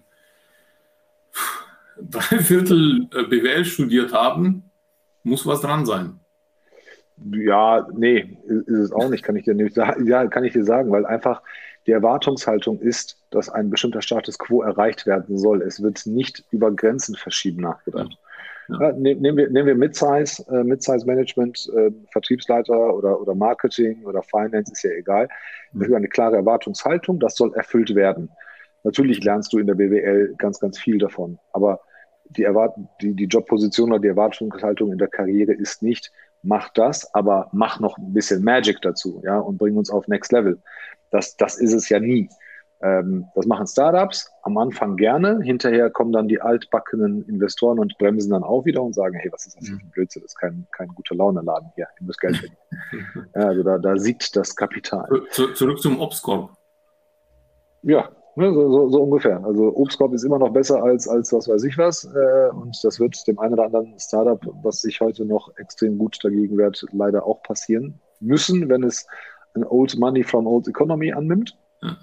Speaker 2: 3/4 BWL studiert haben, muss was dran sein.
Speaker 1: Ja, nee, ist es auch nicht, kann ich dir nicht sagen. Ja, kann ich dir sagen, weil einfach die Erwartungshaltung ist, dass ein bestimmter Status quo erreicht werden soll. Es wird nicht über Grenzenverschieben nachgedacht. Ja. Nehmen wir Mid-Size Management, Vertriebsleiter oder Marketing oder Finance, ist ja egal. Das ist eine klare Erwartungshaltung, das soll erfüllt werden. Natürlich lernst du in der BWL ganz, ganz viel davon, aber die Jobposition oder die Erwartungshaltung in der Karriere ist nicht, mach das, aber mach noch ein bisschen Magic dazu, ja, und bring uns auf Next Level. Das ist es ja nie. Das machen Startups am Anfang gerne, hinterher kommen dann die altbackenen Investoren und bremsen dann auch wieder und sagen, hey, was ist das für ein Blödsinn, das ist kein guter Laune-Laden hier, ihr müsst Geld verdienen. Ja, also da siegt das Kapital.
Speaker 2: Zurück zum Obstkorb.
Speaker 1: Ja, so ungefähr. Also Obstkorb ist immer noch besser als was weiß ich was, und das wird dem einen oder anderen Startup, was sich heute noch extrem gut dagegen wehrt, leider auch passieren müssen, wenn es ein Old Money from Old Economy annimmt. Ja.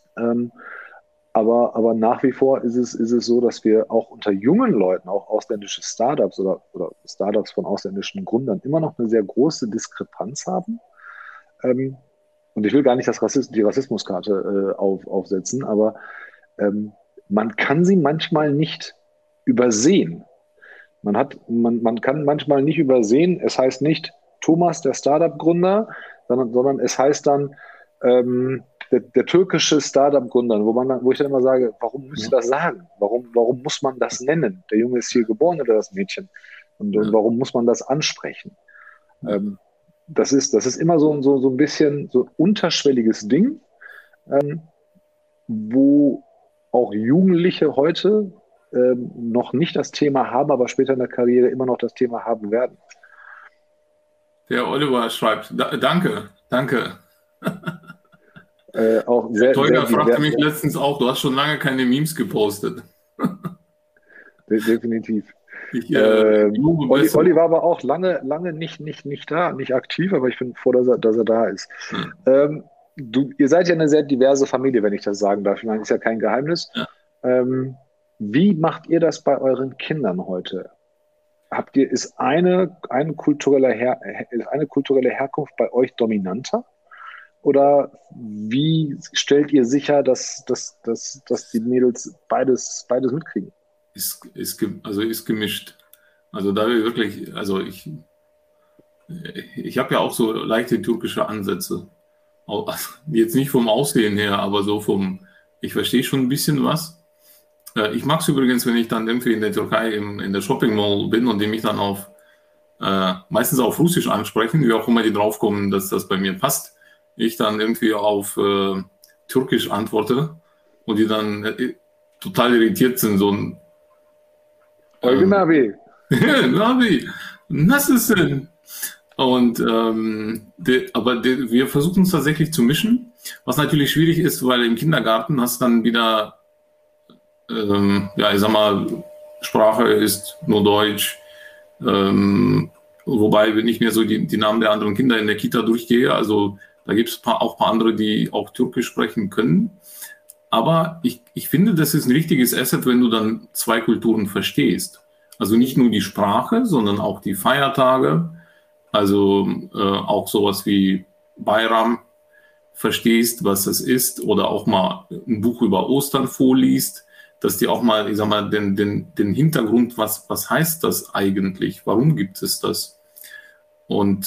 Speaker 1: Aber nach wie vor ist es so, dass wir auch unter jungen Leuten, auch ausländische Startups oder Startups von ausländischen Gründern immer noch eine sehr große Diskrepanz haben. Und ich will gar nicht die Rassismuskarte aufsetzen, aber man kann sie manchmal nicht übersehen. Man kann manchmal nicht übersehen, es heißt nicht Thomas, der Startup-Gründer, sondern es heißt dann der türkische Startup-Gründer, wo ich dann immer sage, warum müsst ihr das sagen? Warum muss man das nennen? Der Junge ist hier geboren oder das Mädchen? Und warum muss man das ansprechen? Das ist immer so ein bisschen so ein unterschwelliges Ding, wo auch Jugendliche heute noch nicht das Thema haben, aber später in der Karriere immer noch das Thema haben werden.
Speaker 2: Der Oliver schreibt, danke.
Speaker 1: Auch sehr,
Speaker 2: Teuger fragte mich letztens auch, du hast schon lange keine Memes gepostet.
Speaker 1: Definitiv. Olli war aber auch lange nicht da, nicht aktiv, aber ich bin froh, dass er da ist. Ihr seid ja eine sehr diverse Familie, wenn ich das sagen darf. Ich meine, ist ja kein Geheimnis. Ja. Wie macht ihr das bei euren Kindern heute? Ist eine kulturelle Herkunft bei euch dominanter? Oder wie stellt ihr sicher, dass die Mädels beides mitkriegen?
Speaker 2: Ist gemischt. Also da wir wirklich, also ich habe ja auch so leichte türkische Ansätze. Also jetzt nicht vom Aussehen her, aber so vom Ich verstehe schon ein bisschen was. Ich mag es übrigens, wenn ich dann irgendwie in der Türkei in der Shopping Mall bin und die mich dann meistens auf Russisch ansprechen, wie auch immer die draufkommen, dass das bei mir passt. Ich dann irgendwie auf Türkisch antworte und die dann total irritiert sind, so ein
Speaker 1: Eugen Abi.
Speaker 2: Navi, nasılsın? Und wir versuchen es tatsächlich zu mischen, was natürlich schwierig ist, weil im Kindergarten hast du dann wieder, ich sag mal, Sprache ist nur Deutsch, wobei, wenn ich mir so die Namen der anderen Kinder in der Kita durchgehe, also da gibt es auch ein paar andere, die auch Türkisch sprechen können. Aber ich finde, das ist ein richtiges Asset, wenn du dann zwei Kulturen verstehst. Also nicht nur die Sprache, sondern auch die Feiertage. Also auch sowas wie Bayram verstehst, was das ist, oder auch mal ein Buch über Ostern vorliest, dass die auch mal, ich sag mal, den Hintergrund, was heißt das eigentlich? Warum gibt es das? Und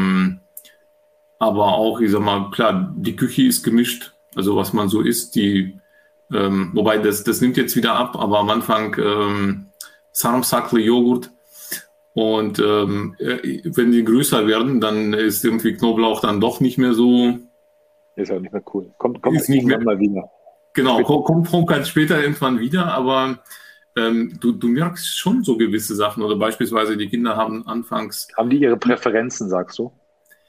Speaker 2: aber auch, ich sag mal, klar, die Küche ist gemischt, also was man so isst, wobei das nimmt jetzt wieder ab, aber am Anfang Sarımsaklı Joghurt. Und wenn die größer werden, dann ist irgendwie Knoblauch dann doch nicht mehr so.
Speaker 1: Ist auch nicht mehr cool. Kommt
Speaker 2: nicht mehr
Speaker 1: mal wieder.
Speaker 2: Genau, kommt ganz später irgendwann wieder, aber du merkst schon so gewisse Sachen. Oder beispielsweise die Kinder haben anfangs.
Speaker 1: Haben die ihre Präferenzen, sagst du?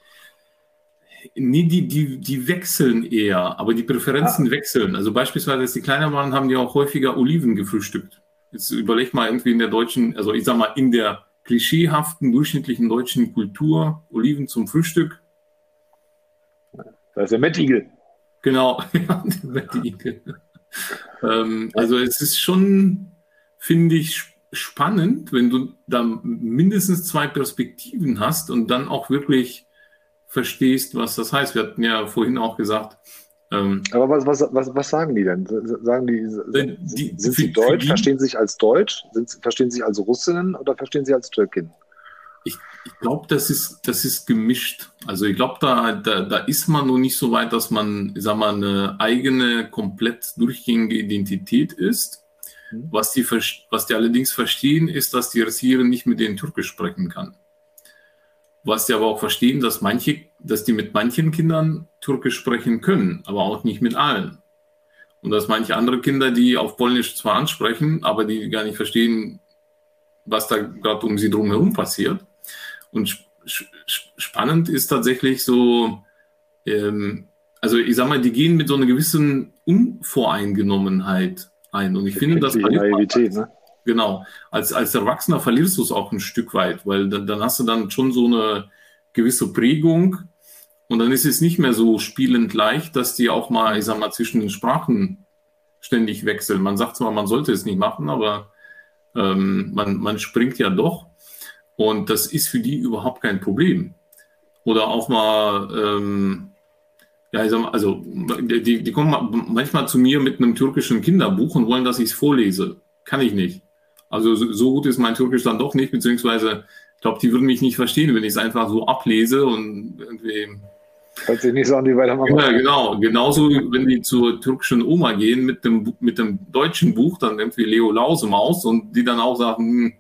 Speaker 2: Nee, die wechseln eher, aber die Präferenzen wechseln. Also beispielsweise, als die kleiner waren, haben die auch häufiger Oliven gefrühstückt. Jetzt überleg mal irgendwie in der deutschen, also ich sag mal, in der klischeehaften, durchschnittlichen deutschen Kultur, Oliven zum Frühstück.
Speaker 1: Das ist der Mettigel.
Speaker 2: Genau, ja, der Mettigel. Also es ist schon, finde ich, spannend, wenn du da mindestens zwei Perspektiven hast und dann auch wirklich verstehst, was das heißt. Wir hatten ja vorhin auch gesagt.
Speaker 1: Aber was sagen die denn? Sagen sind sie Deutsch? Verstehen sie sich als Deutsch? Verstehen sie sich als Russinnen oder verstehen sie als Türkin?
Speaker 2: Ich glaube, das ist gemischt. Also ich glaube, da ist man noch nicht so weit, dass man, sag mal, eine eigene, komplett durchgängige Identität ist. Was die allerdings verstehen, ist, dass die Erzieherin nicht mit denen Türkisch sprechen kann. Was die aber auch verstehen, dass die mit manchen Kindern Türkisch sprechen können, aber auch nicht mit allen. Und dass manche andere Kinder, die auf Polnisch zwar ansprechen, aber die gar nicht verstehen, was da gerade um sie drumherum passiert. Und spannend ist tatsächlich so, also ich sag mal, die gehen mit so einer gewissen Unvoreingenommenheit ein. Und ich finde, das
Speaker 1: Naivität, ne?
Speaker 2: Genau. Als Erwachsener verlierst du es auch ein Stück weit, weil dann hast du dann schon so eine gewisse Prägung und dann ist es nicht mehr so spielend leicht, dass die auch mal, ich sag mal, zwischen den Sprachen ständig wechseln. Man sagt zwar, man sollte es nicht machen, aber man springt ja doch und das ist für die überhaupt kein Problem. Oder auch mal, ich sag mal, also die kommen manchmal zu mir mit einem türkischen Kinderbuch und wollen, dass ich es vorlese. Kann ich nicht. Also so gut ist mein Türkisch dann doch nicht, beziehungsweise ich glaube, die würden mich nicht verstehen, wenn ich es einfach so ablese und irgendwie.
Speaker 1: Hört sich nicht so an, wie weitermachen.
Speaker 2: Ja, genau. Genauso, wenn die zur türkischen Oma gehen mit dem deutschen Buch, dann irgendwie Leo Lausemaus und die dann auch sagen,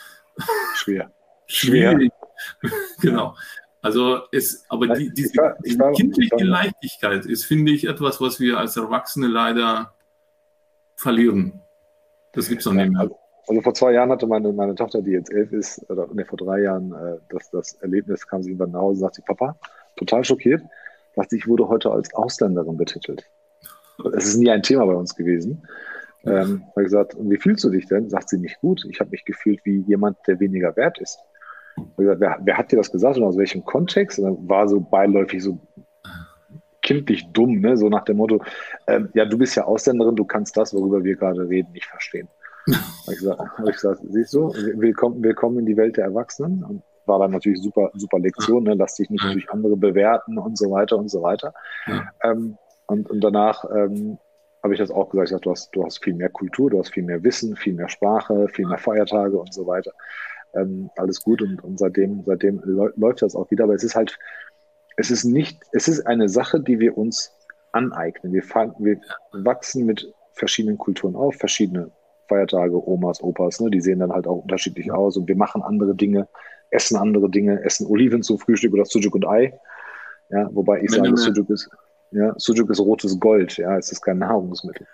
Speaker 2: schwierig. Genau. Also diese kindliche Leichtigkeit ist, finde ich, etwas, was wir als Erwachsene leider verlieren. Das gibt es dann nicht mehr.
Speaker 1: Also vor 2 Jahren hatte meine Tochter, die jetzt 11 ist, oder vor 3 Jahren, das Erlebnis, kam sie irgendwann nach Hause und sagte, Papa, total schockiert, dachte ich, wurde heute als Ausländerin betitelt. Es ist nie ein Thema bei uns gewesen. Habe ich gesagt, und wie fühlst du dich denn? Sagt sie, nicht gut. Ich habe mich gefühlt wie jemand, der weniger wert ist. Habe gesagt, wer hat dir das gesagt und aus welchem Kontext? Und dann war so beiläufig so kindlich dumm, ne? So nach dem Motto, ja, du bist ja Ausländerin, du kannst das, worüber wir gerade reden, nicht verstehen. Habe ich gesagt, siehst du, willkommen in die Welt der Erwachsenen. Und war dann natürlich super Lektion, ne? Lass dich nicht durch andere bewerten und so weiter und so weiter. Ja. Und danach habe ich das auch gesagt, ich sag, du hast viel mehr Kultur, du hast viel mehr Wissen, viel mehr Sprache, viel mehr Feiertage und so weiter. Alles gut und seitdem läuft das auch wieder, aber es ist eine Sache, die wir uns aneignen. Wir wachsen mit verschiedenen Kulturen auf, verschiedene Feiertage, Omas, Opas, ne, die sehen dann halt auch unterschiedlich aus und wir machen andere Dinge, essen Oliven zum Frühstück oder Sucuk und Ei. Ja, wobei ich sage, Sucuk ist rotes Gold, ja, es ist kein Nahrungsmittel.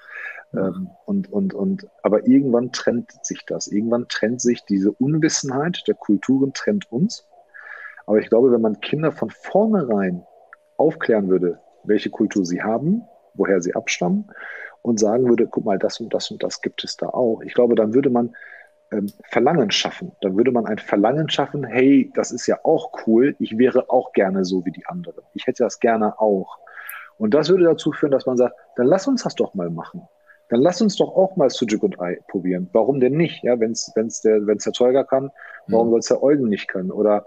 Speaker 1: Aber irgendwann trennt sich das. Irgendwann trennt sich diese Unwissenheit der Kulturen, trennt uns. Aber ich glaube, wenn man Kinder von vornherein aufklären würde, welche Kultur sie haben, woher sie abstammen und sagen würde, guck mal, das und das und das gibt es da auch. Ich glaube, dann würde man Verlangen schaffen. Dann würde man ein Verlangen schaffen, hey, das ist ja auch cool, ich wäre auch gerne so wie die anderen. Ich hätte das gerne auch. Und das würde dazu führen, dass man sagt, dann lass uns das doch mal machen. Dann lass uns doch auch mal Sucuk und Ei probieren. Warum denn nicht? Ja, wenn's der Tolga kann, warum soll es der Eugen nicht können? Oder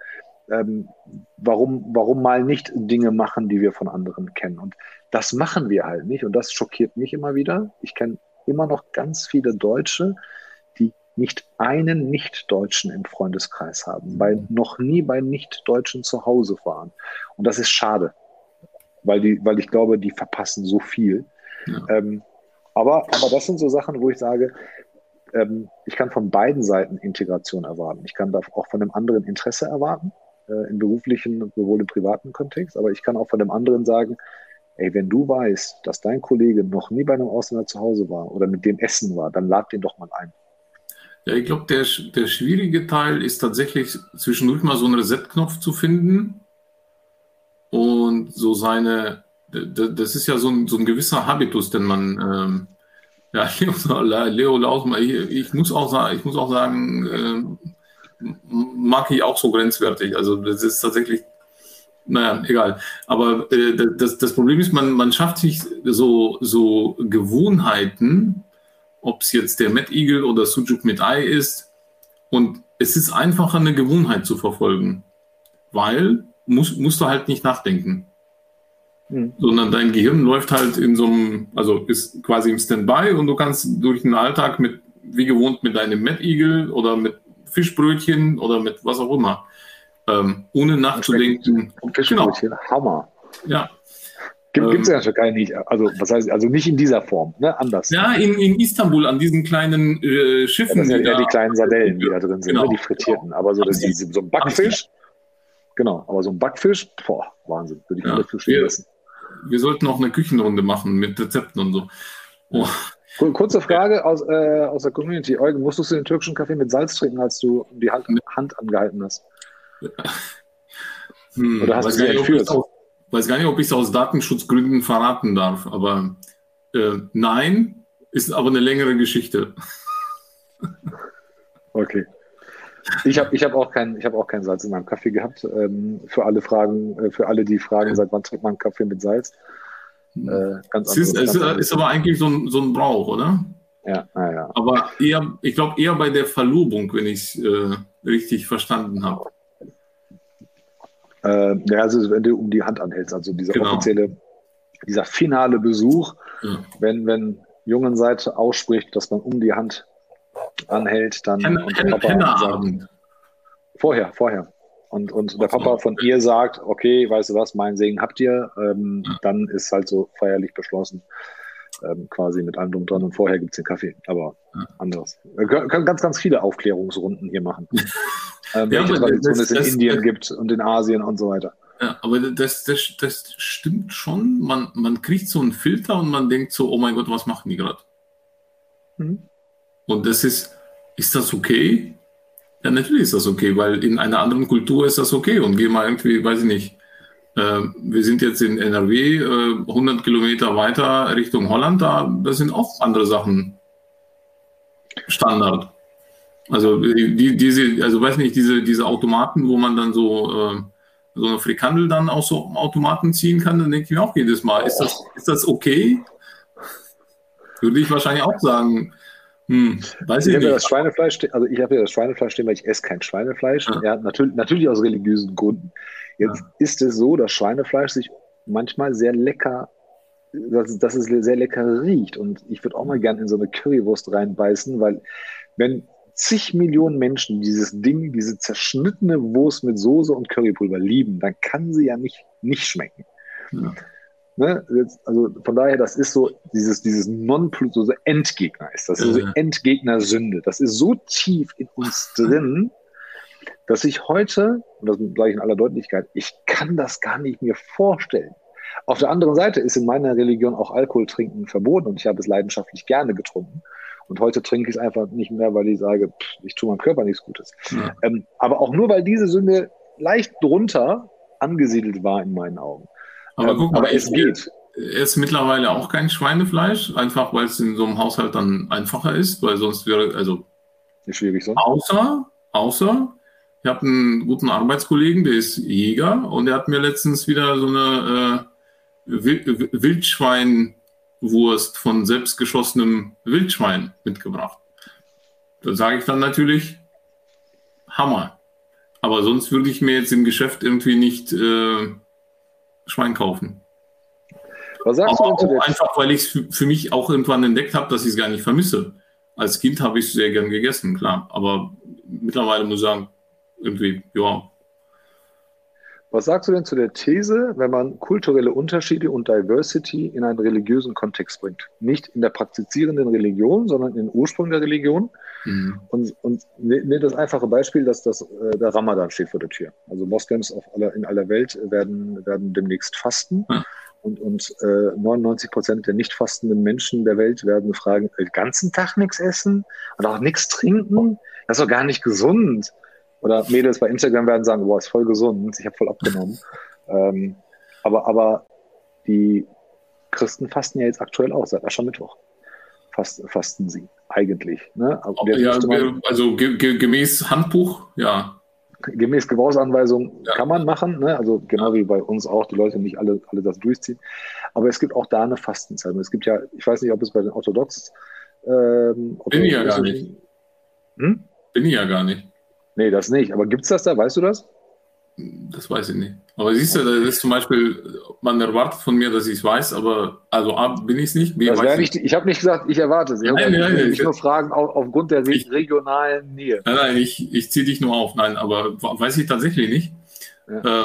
Speaker 1: warum mal nicht Dinge machen, die wir von anderen kennen? Und das machen wir halt nicht. Und das schockiert mich immer wieder. Ich kenne immer noch ganz viele Deutsche, die nicht einen Nicht-Deutschen im Freundeskreis haben, noch nie bei Nicht-Deutschen zu Hause waren. Und das ist schade, weil ich glaube, die verpassen so viel. Ja. Aber das sind so Sachen, wo ich sage, ich kann von beiden Seiten Integration erwarten. Ich kann da auch von dem anderen Interesse erwarten, im beruflichen, sowohl im privaten Kontext, aber ich kann auch von dem anderen sagen, ey, wenn du weißt, dass dein Kollege noch nie bei einem Ausländer zu Hause war oder mit dem essen war, dann lad den doch mal ein.
Speaker 2: Ja, ich glaube, der schwierige Teil ist tatsächlich zwischendurch mal so einen Reset-Knopf zu finden und so das ist ja so ein gewisser Habitus, den man, Leo Lausmann, ich muss auch sagen, mag ich auch so grenzwertig. Also das ist tatsächlich, naja, egal. Aber das Problem ist, man schafft sich so Gewohnheiten, ob es jetzt der Mad Eagle oder Sucuk mit Ei ist. Und es ist einfacher, eine Gewohnheit zu verfolgen, weil musst du halt nicht nachdenken. Sondern dein Gehirn läuft halt ist quasi im Standby und du kannst durch den Alltag wie gewohnt mit deinem Mad Eagle oder mit Fischbrötchen oder mit was auch immer, ohne nachzudenken.
Speaker 1: Fischbrötchen, genau. Hammer.
Speaker 2: Ja.
Speaker 1: Gibt es ja schon gar nicht. Also, was heißt, also nicht in dieser Form, ne? Anders.
Speaker 2: Ja, in Istanbul an diesen kleinen Schiffen.
Speaker 1: Ja, das sind ja die kleinen Sardellen, die da drin sind, genau, die frittierten. Genau. Aber so ein Backfisch, genau, aber so ein Backfisch, Wahnsinn, würde ich alles zu stehen lassen.
Speaker 2: Wir sollten auch eine Küchenrunde machen mit Rezepten und so.
Speaker 1: Oh. Kurze Frage aus der Community. Eugen, musstest du den türkischen Kaffee mit Salz trinken, als du die Hand angehalten hast? Oder hast du es entführt?
Speaker 2: Ich weiß gar nicht, ob ich es aus Datenschutzgründen verraten darf, aber nein, ist aber eine längere Geschichte.
Speaker 1: Okay. Ich hab auch kein Salz in meinem Kaffee gehabt. Für alle, die fragen, seit wann trinkt man Kaffee mit Salz?
Speaker 2: Es ist aber eigentlich so ein Brauch, oder?
Speaker 1: Ja, naja.
Speaker 2: Aber ich glaube eher bei der Verlobung, wenn ich es richtig verstanden habe.
Speaker 1: Also wenn du um die Hand anhältst, also dieser finale Besuch, wenn Jungenseite ausspricht, dass man um die Hand anhält, dann und der Papa sagt, vorher. Und der Papa von ihr sagt, okay, weißt du was, meinen Segen habt ihr, dann ist halt so feierlich beschlossen, quasi mit allem drum dran und vorher gibt es den Kaffee, aber anderes. Wir können ganz, ganz viele Aufklärungsrunden hier machen. Welche Tradition es in Indien gibt und in Asien und so weiter.
Speaker 2: Ja, aber das stimmt schon. Man kriegt so einen Filter und man denkt so, oh mein Gott, was machen die gerade? Und ist das okay? Ja, natürlich ist das okay, weil in einer anderen Kultur ist das okay. Und geh mal irgendwie, weiß ich nicht, wir sind jetzt in NRW, 100 Kilometer weiter Richtung Holland, da sind auch andere Sachen Standard. Also weiß nicht, diese Automaten, wo man dann so eine Frikandel dann aus so Automaten ziehen kann, dann denke ich mir auch jedes Mal, ist das okay? Würde ich wahrscheinlich auch sagen. Weiß ich nicht.
Speaker 1: Ich habe ja das Schweinefleisch stehen, weil ich esse kein Schweinefleisch. Ja, natürlich aus religiösen Gründen. Jetzt ist es so, dass Schweinefleisch sich manchmal sehr lecker, dass es sehr lecker riecht. Und ich würde auch mal gerne in so eine Currywurst reinbeißen, weil wenn zig Millionen Menschen diese zerschnittene Wurst mit Soße und Currypulver lieben, dann kann sie ja nicht schmecken. Ja. Ne? Also von daher, das ist so dieses Nonplus, so Endgegner ist das, so Endgegner-Sünde. Das ist so tief in uns drin, dass ich heute, und das sage ich in aller Deutlichkeit, ich kann das gar nicht mir vorstellen. Auf der anderen Seite ist in meiner Religion auch Alkohol trinken verboten und ich habe es leidenschaftlich gerne getrunken. Und heute trinke ich es einfach nicht mehr, weil ich sage, ich tue meinem Körper nichts Gutes.
Speaker 2: Ja.
Speaker 1: Aber auch nur, weil diese Sünde leicht drunter angesiedelt war in meinen Augen.
Speaker 2: Aber guck mal,
Speaker 1: aber es geht.
Speaker 2: Ist mittlerweile auch kein Schweinefleisch, einfach weil es in so einem Haushalt dann einfacher ist, weil sonst wäre, also
Speaker 1: Ist schwierig so.
Speaker 2: Außer, ich habe einen guten Arbeitskollegen, der ist Jäger und der hat mir letztens wieder so eine Wildschweinwurst von selbstgeschossenem Wildschwein mitgebracht. Da sage ich dann natürlich, Hammer. Aber sonst würde ich mir jetzt im Geschäft irgendwie nicht Schwein kaufen.
Speaker 1: Was sagst du denn zu der
Speaker 2: einfach, weil ich es für mich auch irgendwann entdeckt habe, dass ich es gar nicht vermisse. Als Kind habe ich es sehr gern gegessen, klar. Aber mittlerweile muss ich sagen, irgendwie, ja.
Speaker 1: Was sagst du denn zu der These, wenn man kulturelle Unterschiede und Diversity in einen religiösen Kontext bringt? Nicht in der praktizierenden Religion, sondern in den Ursprung der Religion. Und nehme das einfache Beispiel, dass der Ramadan steht vor der Tür. Also Moslems in aller Welt werden demnächst fasten.
Speaker 2: Ja.
Speaker 1: Und 99% der nicht fastenden Menschen der Welt werden fragen, den ganzen Tag nichts essen und auch nichts trinken? Das ist doch gar nicht gesund. Oder Mädels bei Instagram werden sagen, boah, ist voll gesund, ich habe voll abgenommen. Aber die Christen fasten ja jetzt aktuell auch, seit Aschermittwoch. Fasten sie eigentlich. Ne?
Speaker 2: Also gemäß Handbuch, ja.
Speaker 1: Gemäß Gebrauchsanweisung kann man machen, ne? Also genau wie bei uns auch, die Leute nicht alle das durchziehen. Aber es gibt auch da eine Fastenzeit. Und es gibt ja, ich weiß nicht, ob es bei den Orthodox
Speaker 2: Bin ich ja gar nicht. Bin ich ja gar nicht.
Speaker 1: Nee, das nicht. Aber gibt es das da? Weißt du das?
Speaker 2: Das weiß ich nicht. Aber siehst du, das ist zum Beispiel, man erwartet von mir, dass ich es weiß, aber also A, bin ich es nicht. B,
Speaker 1: ich habe nicht gesagt, ich erwarte es. Ich will nur fragen, aufgrund der regionalen Nähe.
Speaker 2: Nein, ich ziehe dich nur auf. Nein, aber weiß ich tatsächlich nicht. Ja.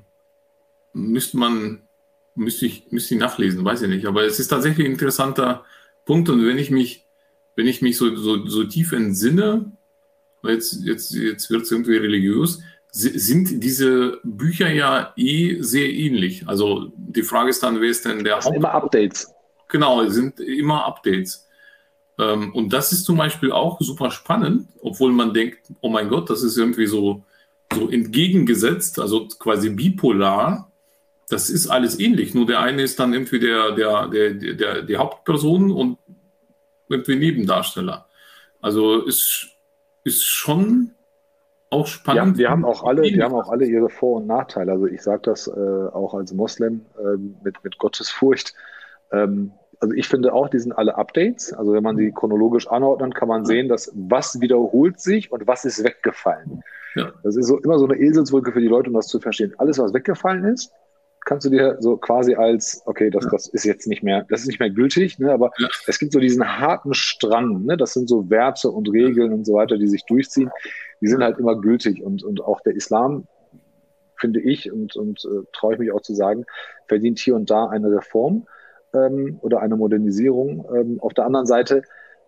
Speaker 2: Müsste ich nachlesen, weiß ich nicht. Aber es ist tatsächlich ein interessanter Punkt. Und wenn ich mich so tief entsinne, jetzt wird es irgendwie religiös, sind diese Bücher ja sehr ähnlich. Also die Frage ist dann, wer ist denn der
Speaker 1: Haupt... Immer Updates.
Speaker 2: Genau, es sind immer Updates. Und das ist zum Beispiel auch super spannend, obwohl man denkt, oh mein Gott, das ist irgendwie so entgegengesetzt, also quasi bipolar. Das ist alles ähnlich, nur der eine ist dann irgendwie der Hauptperson und irgendwie Nebendarsteller. Also ist schon auch spannend.
Speaker 1: Ja, die haben auch alle ihre Vor- und Nachteile. Also ich sage das auch als Moslem mit Gottesfurcht. Also ich finde auch, die sind alle Updates. Also wenn man sie chronologisch anordnet, kann man sehen, dass was wiederholt sich und was ist weggefallen. Ja. Das ist immer so eine Eselsbrücke für die Leute, um das zu verstehen. Alles, was weggefallen ist, kannst du dir so quasi als, okay, das ist jetzt nicht mehr, das ist nicht mehr gültig, ne, aber es gibt so diesen harten Strang, ne, das sind so Werte und Regeln und so weiter, die sich durchziehen, die sind halt immer gültig und auch der Islam, finde ich, und traue ich mich auch zu sagen, verdient hier und da eine Reform oder eine Modernisierung. Auf der anderen Seite,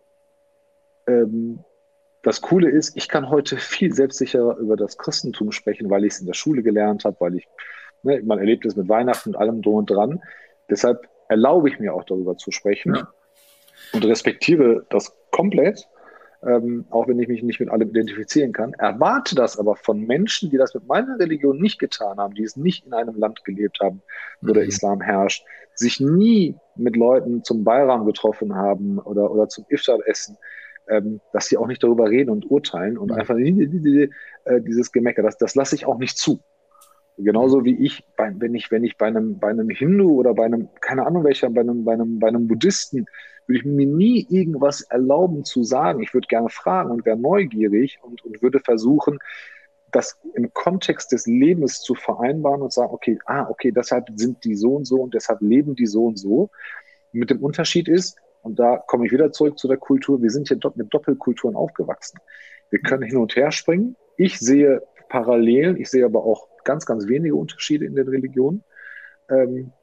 Speaker 1: das Coole ist, ich kann heute viel selbstsicherer über das Christentum sprechen, weil ich es in der Schule gelernt habe, weil man erlebt es mit Weihnachten und allem drum und dran. Deshalb erlaube ich mir auch darüber zu sprechen und respektiere das komplett, auch wenn ich mich nicht mit allem identifizieren kann. Erwarte das aber von Menschen, die das mit meiner Religion nicht getan haben, die es nicht in einem Land gelebt haben, wo der Islam herrscht, sich nie mit Leuten zum Bayram getroffen haben oder zum Iftar-Essen, dass sie auch nicht darüber reden und urteilen und einfach dieses Gemecker, das lasse ich auch nicht zu. Genauso wie wenn ich bei einem Hindu oder bei einem, keine Ahnung welcher, bei einem Buddhisten, würde ich mir nie irgendwas erlauben zu sagen. Ich würde gerne fragen und wäre neugierig und würde versuchen, das im Kontext des Lebens zu vereinbaren und sagen, okay, deshalb sind die so und so und deshalb leben die so und so. Mit dem Unterschied ist, und da komme ich wieder zurück zu der Kultur, wir sind hier mit Doppelkulturen aufgewachsen. Wir können hin und her springen. Ich sehe Parallelen, ich sehe aber auch ganz, ganz wenige Unterschiede in den Religionen. Und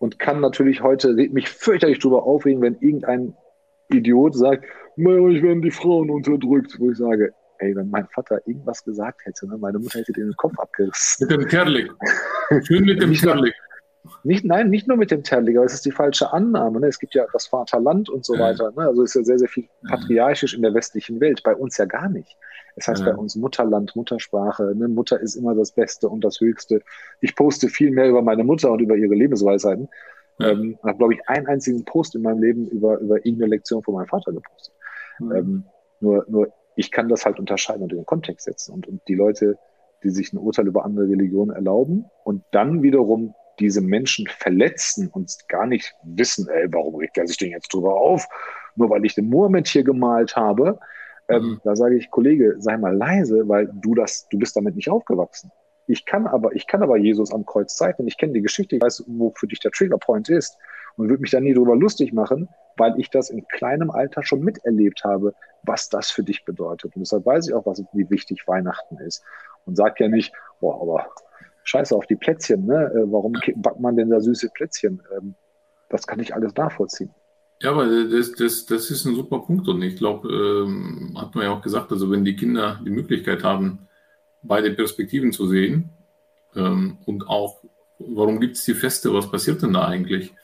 Speaker 1: und kann natürlich heute mich fürchterlich drüber aufregen, wenn irgendein Idiot sagt, bei euch werden die Frauen unterdrückt, wo ich sage, ey, wenn mein Vater irgendwas gesagt hätte, ne, meine Mutter hätte den Kopf abgerissen.
Speaker 2: Mit dem Terlik. Schön mit dem Terlik.
Speaker 1: Nicht nur mit dem Terlik, aber es ist die falsche Annahme. Ne? Es gibt ja das Vaterland und so weiter. Ne? Also es ist ja sehr, sehr viel patriarchisch in der westlichen Welt. Bei uns ja gar nicht. Es heißt bei uns Mutterland, Muttersprache. Ne? Mutter ist immer das Beste und das Höchste. Ich poste viel mehr über meine Mutter und über ihre Lebensweisheiten. Ich habe, glaube ich, einen einzigen Post in meinem Leben über irgendeine Lektion von meinem Vater gepostet. Nur ich kann das halt unterscheiden und in den Kontext setzen. Und die Leute, die sich ein Urteil über andere Religionen erlauben und dann wiederum diese Menschen verletzen und gar nicht wissen, ey, warum regt er sich denn jetzt drüber auf? Nur weil ich den Mohammed hier gemalt habe. Da sage ich, Kollege, sei mal leise, weil du bist damit nicht aufgewachsen. Ich kann aber Jesus am Kreuz zeichnen. Ich kenne die Geschichte, ich weiß, wo für dich der Triggerpoint ist und würde mich da nie drüber lustig machen, weil ich das in kleinem Alter schon miterlebt habe, was das für dich bedeutet. Und deshalb weiß ich auch, wie wichtig Weihnachten ist. Und sag ja nicht, boah, aber scheiße auf die Plätzchen, ne? Warum backt man denn da süße Plätzchen? Das kann ich alles nachvollziehen.
Speaker 2: Ja, aber das ist ein super Punkt und ich glaube, hat man ja auch gesagt, also wenn die Kinder die Möglichkeit haben, beide Perspektiven zu sehen und auch, warum gibt es die Feste, was passiert denn da eigentlich?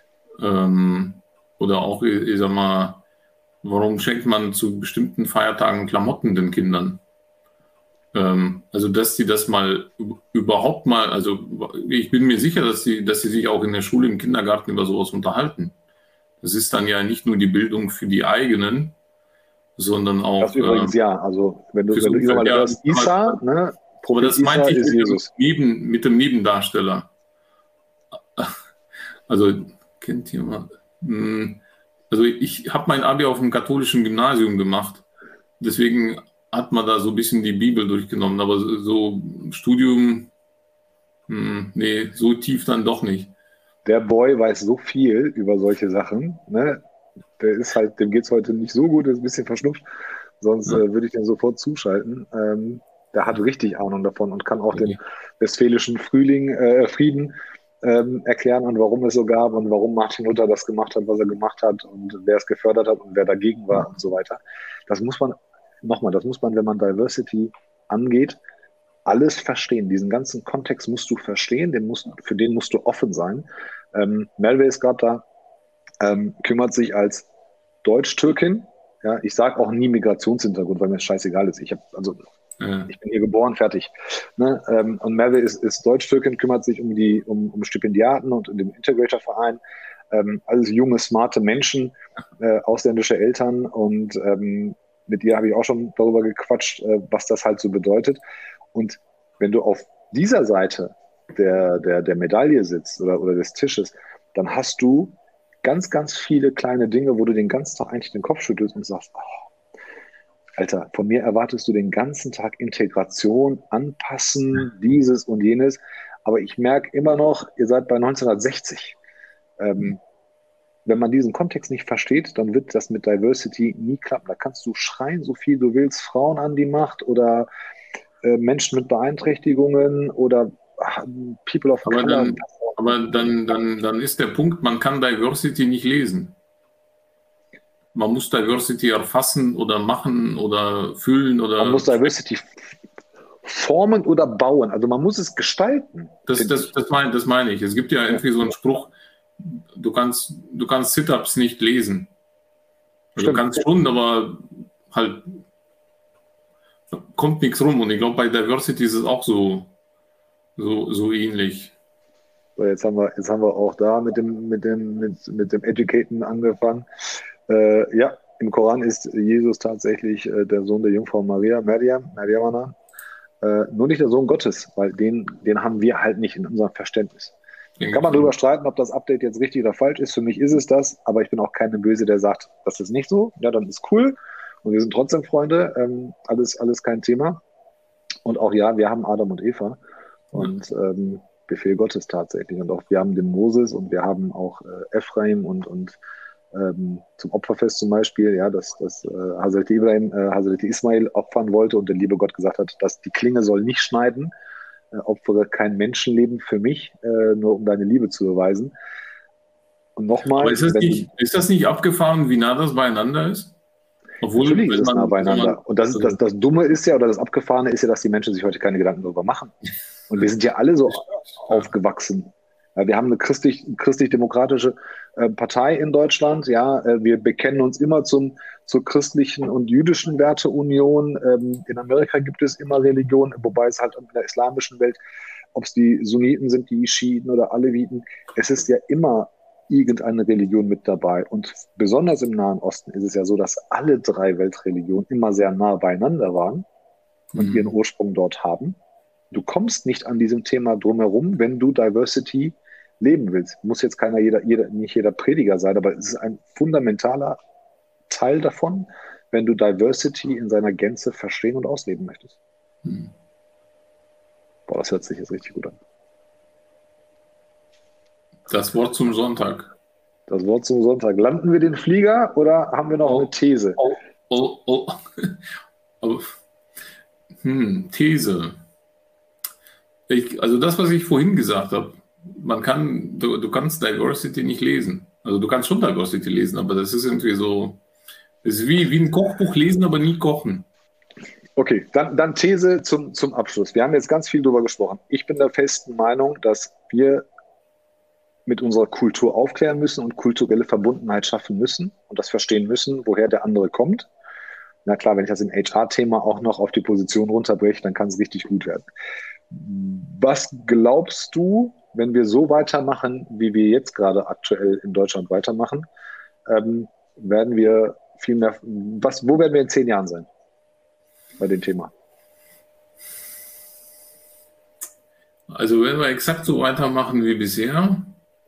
Speaker 2: Oder auch, ich sag mal, warum schenkt man zu bestimmten Feiertagen Klamotten den Kindern? Also, dass sie das mal überhaupt mal, also ich bin mir sicher, dass sie sich auch in der Schule, im Kindergarten über sowas unterhalten. Das ist dann ja nicht nur die Bildung für die eigenen, sondern auch.
Speaker 1: Das übrigens ja, also wenn du mal hörst, Isa, ne?
Speaker 2: Aber das meinte ich mit dem Nebendarsteller. Also, kennt jemand? Also ich habe mein Abi auf einem katholischen Gymnasium gemacht. Deswegen hat man da so ein bisschen die Bibel durchgenommen. Aber so Studium, nee, so tief dann doch nicht.
Speaker 1: Der Boy weiß so viel über solche Sachen. Ne? Dem geht es heute nicht so gut, ist ein bisschen verschnupft. Sonst würde ich den sofort zuschalten. Der hat richtig Ahnung davon und kann auch den westfälischen Frieden erklären und warum es so gab und warum Martin Luther das gemacht hat, was er gemacht hat und wer es gefördert hat und wer dagegen war und so weiter. Das muss man, wenn man Diversity angeht, alles verstehen. Diesen ganzen Kontext musst du verstehen, für den musst du offen sein. Merve ist gerade da, kümmert sich als Deutsch-Türkin. Ja, ich sage auch nie Migrationshintergrund, weil mir das scheißegal ist. Ich bin hier geboren, fertig. Ne? Und Merve ist Deutsch-Türkin, kümmert sich um Stipendiaten und um den Integrator-Verein. Alles junge, smarte Menschen, ausländische Eltern und mit ihr habe ich auch schon darüber gequatscht, was das halt so bedeutet. Und wenn du auf dieser Seite der Medaille sitzt oder des Tisches, dann hast du ganz, ganz viele kleine Dinge, wo du den ganzen Tag eigentlich den Kopf schüttelst und sagst, oh, Alter, von mir erwartest du den ganzen Tag Integration, Anpassen, dieses und jenes. Aber ich merke immer noch, ihr seid bei 1960. Wenn man diesen Kontext nicht versteht, dann wird das mit Diversity nie klappen. Da kannst du schreien, so viel du willst, Frauen an die Macht oder Menschen mit Beeinträchtigungen oder People of Color.
Speaker 2: Aber dann ist der Punkt, man kann Diversity nicht lesen. Man muss Diversity erfassen oder machen oder füllen oder.
Speaker 1: Man muss Diversity formen oder bauen. Also man muss es gestalten.
Speaker 2: Das meine ich. Es gibt ja irgendwie so einen Spruch, du kannst Sit-Ups nicht lesen. Also du kannst schon, aber halt kommt nichts rum. Und ich glaube, bei Diversity ist es auch so ähnlich.
Speaker 1: So, jetzt haben wir auch da mit dem Educaten angefangen. Ja, im Koran ist Jesus tatsächlich der Sohn der Jungfrau Maria, Mariamana. Nur nicht der Sohn Gottes, weil den haben wir halt nicht in unserem Verständnis. Kann man darüber streiten, ob das Update jetzt richtig oder falsch ist. Für mich ist es das, aber ich bin auch keine Böse, der sagt, das ist nicht so. Ja, dann ist cool. Und wir sind trotzdem Freunde. Alles kein Thema. Und auch ja, wir haben Adam und Eva. Und Befehl Gottes tatsächlich. Und auch wir haben den Moses und wir haben auch Ephraim und zum Opferfest zum Beispiel, ja, dass Hazreti Ibrahim, Hazreti Ismail opfern wollte und der liebe Gott gesagt hat, dass die Klinge soll nicht schneiden, opfere kein Menschenleben für mich, nur um deine Liebe zu beweisen. Und nochmal,
Speaker 2: Aber ist das nicht abgefahren, wie nah das beieinander ist? Obwohl,
Speaker 1: natürlich ist es nah beieinander. Und das Dumme ist ja, oder das Abgefahrene ist ja, dass die Menschen sich heute keine Gedanken darüber machen. Und wir sind ja alle so aufgewachsen. Ja, wir haben eine christlich-demokratische Partei in Deutschland. Ja, wir bekennen uns immer zur christlichen und jüdischen Werteunion. In Amerika gibt es immer Religionen, wobei es halt in der islamischen Welt, ob es die Sunniten sind, die Schiiten oder Aleviten, es ist ja immer irgendeine Religion mit dabei. Und besonders im Nahen Osten ist es ja so, dass alle 3 Weltreligionen immer sehr nah beieinander waren und ihren Ursprung dort haben. Du kommst nicht an diesem Thema drumherum, wenn du Diversity leben willst. Muss jetzt nicht jeder Prediger sein, aber es ist ein fundamentaler Teil davon, wenn du Diversity in seiner Gänze verstehen und ausleben möchtest. Boah, das hört sich jetzt richtig gut an.
Speaker 2: Das Wort zum Sonntag.
Speaker 1: Das Wort zum Sonntag. Landen wir den Flieger oder haben wir noch eine These?
Speaker 2: These. Also das, was ich vorhin gesagt habe, du kannst Diversity nicht lesen. Also du kannst schon Diversity lesen, aber das ist irgendwie so, es ist wie ein Kochbuch lesen, aber nie kochen.
Speaker 1: Okay, dann These zum Abschluss. Wir haben jetzt ganz viel darüber gesprochen. Ich bin der festen Meinung, dass wir mit unserer Kultur aufklären müssen und kulturelle Verbundenheit schaffen müssen und das verstehen müssen, woher der andere kommt. Na klar, wenn ich das im HR-Thema auch noch auf die Position runterbreche, dann kann es richtig gut werden. Was glaubst du, wenn wir so weitermachen, wie wir jetzt gerade aktuell in Deutschland weitermachen, werden wir viel mehr, wo werden wir in 10 Jahren sein bei dem Thema?
Speaker 2: Also wenn wir exakt so weitermachen wie bisher,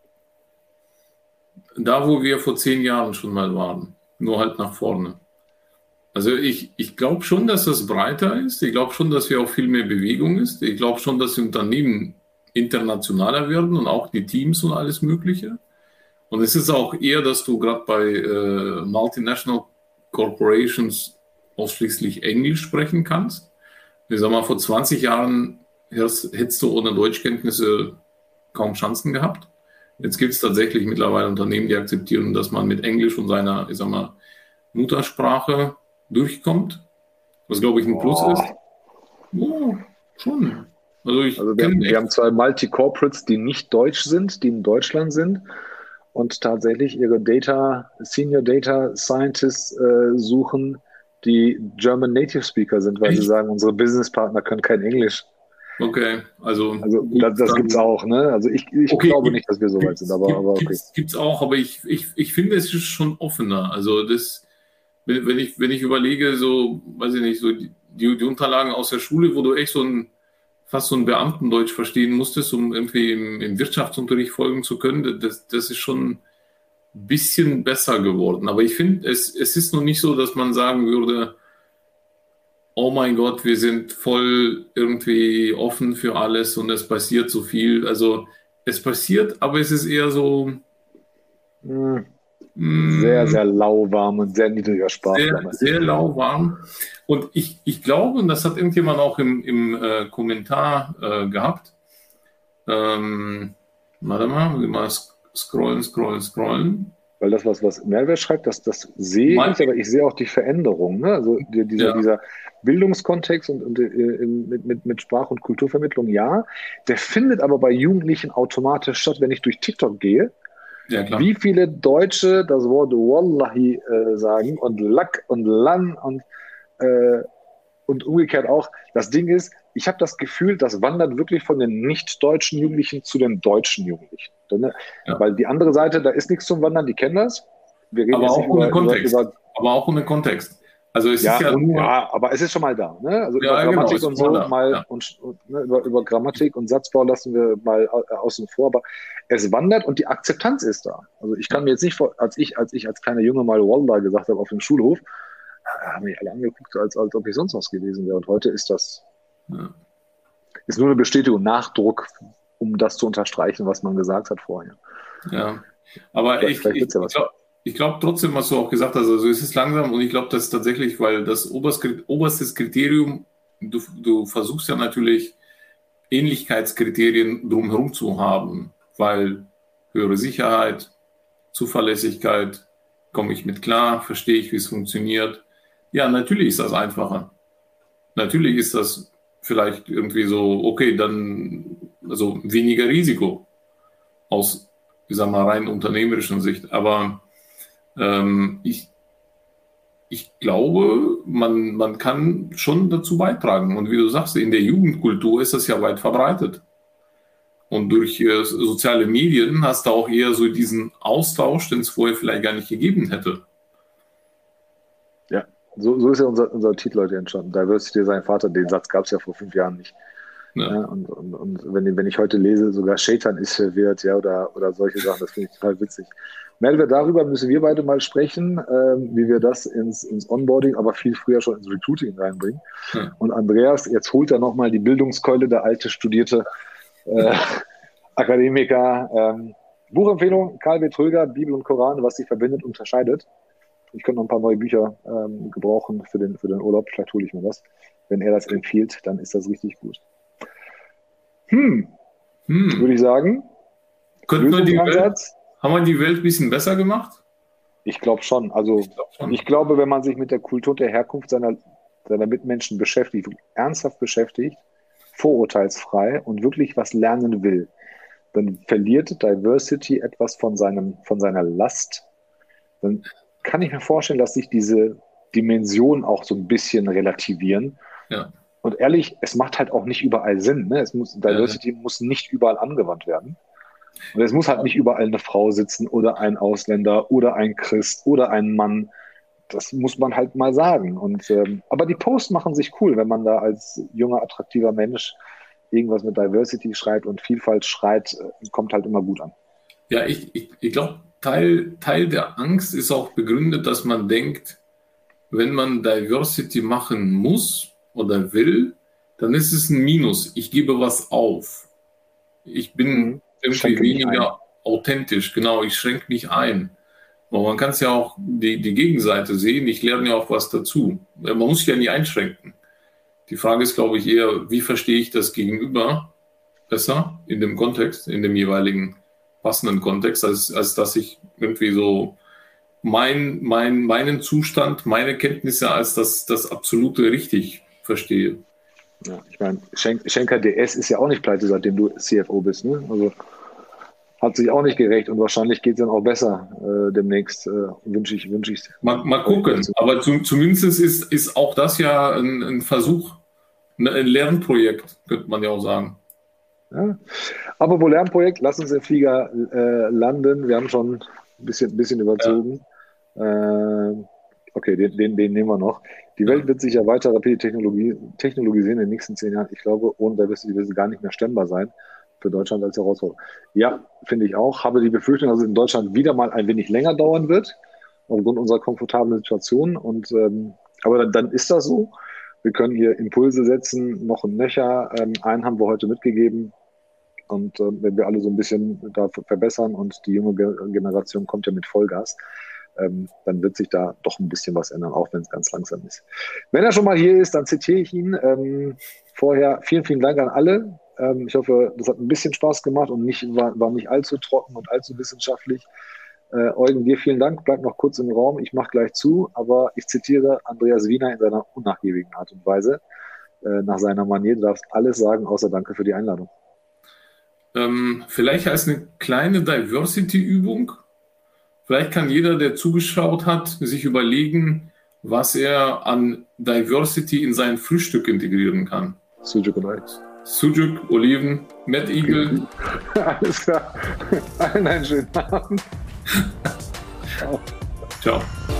Speaker 2: da wo wir vor 10 Jahren schon mal waren, nur halt nach vorne. Also ich glaube schon, dass das breiter ist. Ich glaube schon, dass wir auch viel mehr Bewegung ist. Ich glaube schon, dass die Unternehmen internationaler werden und auch die Teams und alles Mögliche. Und es ist auch eher, dass du gerade bei Multinational Corporations ausschließlich Englisch sprechen kannst. Ich sag mal, vor 20 Jahren hättest du ohne Deutschkenntnisse kaum Chancen gehabt. Jetzt gibt es tatsächlich mittlerweile Unternehmen, die akzeptieren, dass man mit Englisch und seiner, ich sag mal, Muttersprache durchkommt. Was, glaube ich, ein Plus ist. Ja, schon. Also
Speaker 1: wir haben 2 Multi-Corporates, die nicht deutsch sind, die in Deutschland sind und tatsächlich ihre Senior Data Scientists suchen, die German Native Speaker sind, weil sie sagen, unsere Businesspartner können kein Englisch.
Speaker 2: Okay, also
Speaker 1: das gibt es auch, ne? Also ich glaube nicht, dass wir so weit sind, aber okay.
Speaker 2: Gibt es auch, aber ich finde, es ist schon offener. Also das, wenn ich überlege, so, weiß ich nicht, so die Unterlagen aus der Schule, wo du echt fast so ein Beamtendeutsch verstehen musstest, um irgendwie im Wirtschaftsunterricht folgen zu können, das ist schon ein bisschen besser geworden. Aber ich finde, es ist noch nicht so, dass man sagen würde, oh mein Gott, wir sind voll irgendwie offen für alles und es passiert so viel. Also es passiert, aber es ist eher so
Speaker 1: sehr, sehr lauwarm und sehr niedriger Spaß.
Speaker 2: Sehr, sehr lauwarm. Und ich glaube, und das hat irgendjemand auch im Kommentar gehabt, warte mal scrollen.
Speaker 1: Weil das, was Mehrwert schreibt, das sehe ich, aber ich sehe auch die Veränderung. Ne? Also dieser Bildungskontext und mit Sprach- und Kulturvermittlung, ja, der findet aber bei Jugendlichen automatisch statt, wenn ich durch TikTok gehe. Ja, klar. Wie viele Deutsche das Wort Wallahi sagen und Lack und Lan und umgekehrt auch. Das Ding ist, ich habe das Gefühl, das wandert wirklich von den nicht-deutschen Jugendlichen zu den deutschen Jugendlichen. Weil die andere Seite, da ist nichts zum Wandern, die kennen das.
Speaker 2: Wir reden aber auch ohne Kontext. Aber auch ohne Kontext. Also es ist
Speaker 1: aber es ist schon mal da. Ne? Also über Grammatik und so über Grammatik und Satzbau lassen wir mal außen vor, aber es wandert und die Akzeptanz ist da. Also ich kann mir jetzt nicht vor, als ich als kleiner Junge mal Wallah gesagt habe auf dem Schulhof, haben mich alle angeguckt, als ob ich sonst was gewesen wäre. Und heute ist das ist nur eine Bestätigung, Nachdruck, um das zu unterstreichen, was man gesagt hat vorher.
Speaker 2: Ja, aber ich glaube trotzdem, was du auch gesagt hast, also es ist langsam und ich glaube, das ist tatsächlich, weil das oberstes Kriterium, du versuchst ja natürlich Ähnlichkeitskriterien drumherum zu haben, weil höhere Sicherheit, Zuverlässigkeit, komme ich mit klar, verstehe ich, wie es funktioniert. Ja, natürlich ist das einfacher. Natürlich ist das vielleicht irgendwie so, okay, dann also weniger Risiko aus, ich sag mal, rein unternehmerischen Sicht. Aber ich glaube, man kann schon dazu beitragen. Und wie du sagst, in der Jugendkultur ist das ja weit verbreitet. Und durch soziale Medien hast du auch eher so diesen Austausch, den es vorher vielleicht gar nicht gegeben hätte.
Speaker 1: Ja, so ist ja unser Titel heute entstanden. Diversity sein Vater, den Satz gab es ja vor 5 Jahren nicht.
Speaker 2: Ja.
Speaker 1: Ja, und wenn ich heute lese, sogar Shaitan ist verwirrt, ja, oder solche Sachen, das finde ich total witzig. Melvin, darüber müssen wir beide mal sprechen, wie wir das ins Onboarding, aber viel früher schon ins Recruiting reinbringen.
Speaker 2: Ja.
Speaker 1: Und Andreas, jetzt holt er nochmal die Bildungskeule, der alte studierte Akademiker. Buchempfehlung, Karl B. Tröger, Bibel und Koran, was sie verbindet, unterscheidet. Ich könnte noch ein paar neue Bücher gebrauchen für den Urlaub. Vielleicht hole ich mir das. Wenn er das empfiehlt, dann ist das richtig gut. Würde ich sagen.
Speaker 2: Haben wir die Welt ein bisschen besser gemacht?
Speaker 1: Ich glaube schon. Also ich glaube, wenn man sich mit der Kultur und der Herkunft seiner Mitmenschen beschäftigt, ernsthaft beschäftigt, vorurteilsfrei und wirklich was lernen will, dann verliert Diversity etwas von seiner Last. Dann kann ich mir vorstellen, dass sich diese Dimensionen auch so ein bisschen relativieren.
Speaker 2: Ja.
Speaker 1: Und ehrlich, es macht halt auch nicht überall Sinn. Ne? Diversity muss nicht überall angewandt werden. Und es muss halt nicht überall eine Frau sitzen oder ein Ausländer oder ein Christ oder ein Mann. Das muss man halt mal sagen. Aber die Posts machen sich cool, wenn man da als junger, attraktiver Mensch irgendwas mit Diversity schreibt und Vielfalt schreit, kommt halt immer gut an.
Speaker 2: Ja, ich glaube, Teil der Angst ist auch begründet, dass man denkt, wenn man Diversity machen muss oder will, dann ist es ein Minus. Ich gebe was auf. Ich bin irgendwie weniger authentisch. Genau, ich schränke mich ein. Aber man kann es ja auch die Gegenseite sehen. Ich lerne ja auch was dazu. Man muss sich ja nie einschränken. Die Frage ist, glaube ich, eher, wie verstehe ich das Gegenüber besser in dem Kontext, in dem jeweiligen passenden Kontext, als dass ich irgendwie so meinen Zustand, meine Kenntnisse als das absolute richtig verstehe.
Speaker 1: Ja, ich meine, Schenker DS ist ja auch nicht pleite, seitdem du CFO bist. Ne? Also hat sich auch nicht gerecht und wahrscheinlich geht es dann auch besser demnächst, wünsche ich.
Speaker 2: Mal gucken, aber zumindest ist auch das ja ein Versuch, ein Lernprojekt, könnte man ja auch sagen.
Speaker 1: Ja. Aber wo Lernprojekt, lass uns den Flieger landen. Wir haben schon ein bisschen überzogen. Ja. Okay, den nehmen wir noch. Die Welt wird sich ja weiter rapide technologisieren in den nächsten 10 Jahren. Ich glaube, ohne Diversity wird es gar nicht mehr stemmbar sein für Deutschland als Herausforderung. Ja, finde ich auch. Habe die Befürchtung, dass es in Deutschland wieder mal ein wenig länger dauern wird, aufgrund unserer komfortablen Situation. Aber dann ist das so. Wir können hier Impulse setzen, noch ein nöcher. Einen haben wir heute mitgegeben. Und wenn wir alle so ein bisschen da verbessern und die junge Generation kommt ja mit Vollgas, dann wird sich da doch ein bisschen was ändern, auch wenn es ganz langsam ist. Wenn er schon mal hier ist, dann zitiere ich ihn. Vorher vielen, vielen Dank an alle. Ich hoffe, das hat ein bisschen Spaß gemacht und war nicht allzu trocken und allzu wissenschaftlich. Eugen, dir vielen Dank. Bleib noch kurz im Raum. Ich mache gleich zu, aber ich zitiere Andreas Wiener in seiner unnachgiebigen Art und Weise. Nach seiner Manier. Du darfst alles sagen, außer danke für die Einladung.
Speaker 2: Vielleicht als eine kleine Diversity-Übung. Vielleicht kann jeder, der zugeschaut hat, sich überlegen, was er an Diversity in sein Frühstück integrieren kann.
Speaker 1: Sujuk und Eis.
Speaker 2: Sujuk, Oliven, Mad Eagle.
Speaker 1: Alles klar. Allen einen schönen Abend.
Speaker 2: Ciao. Ciao.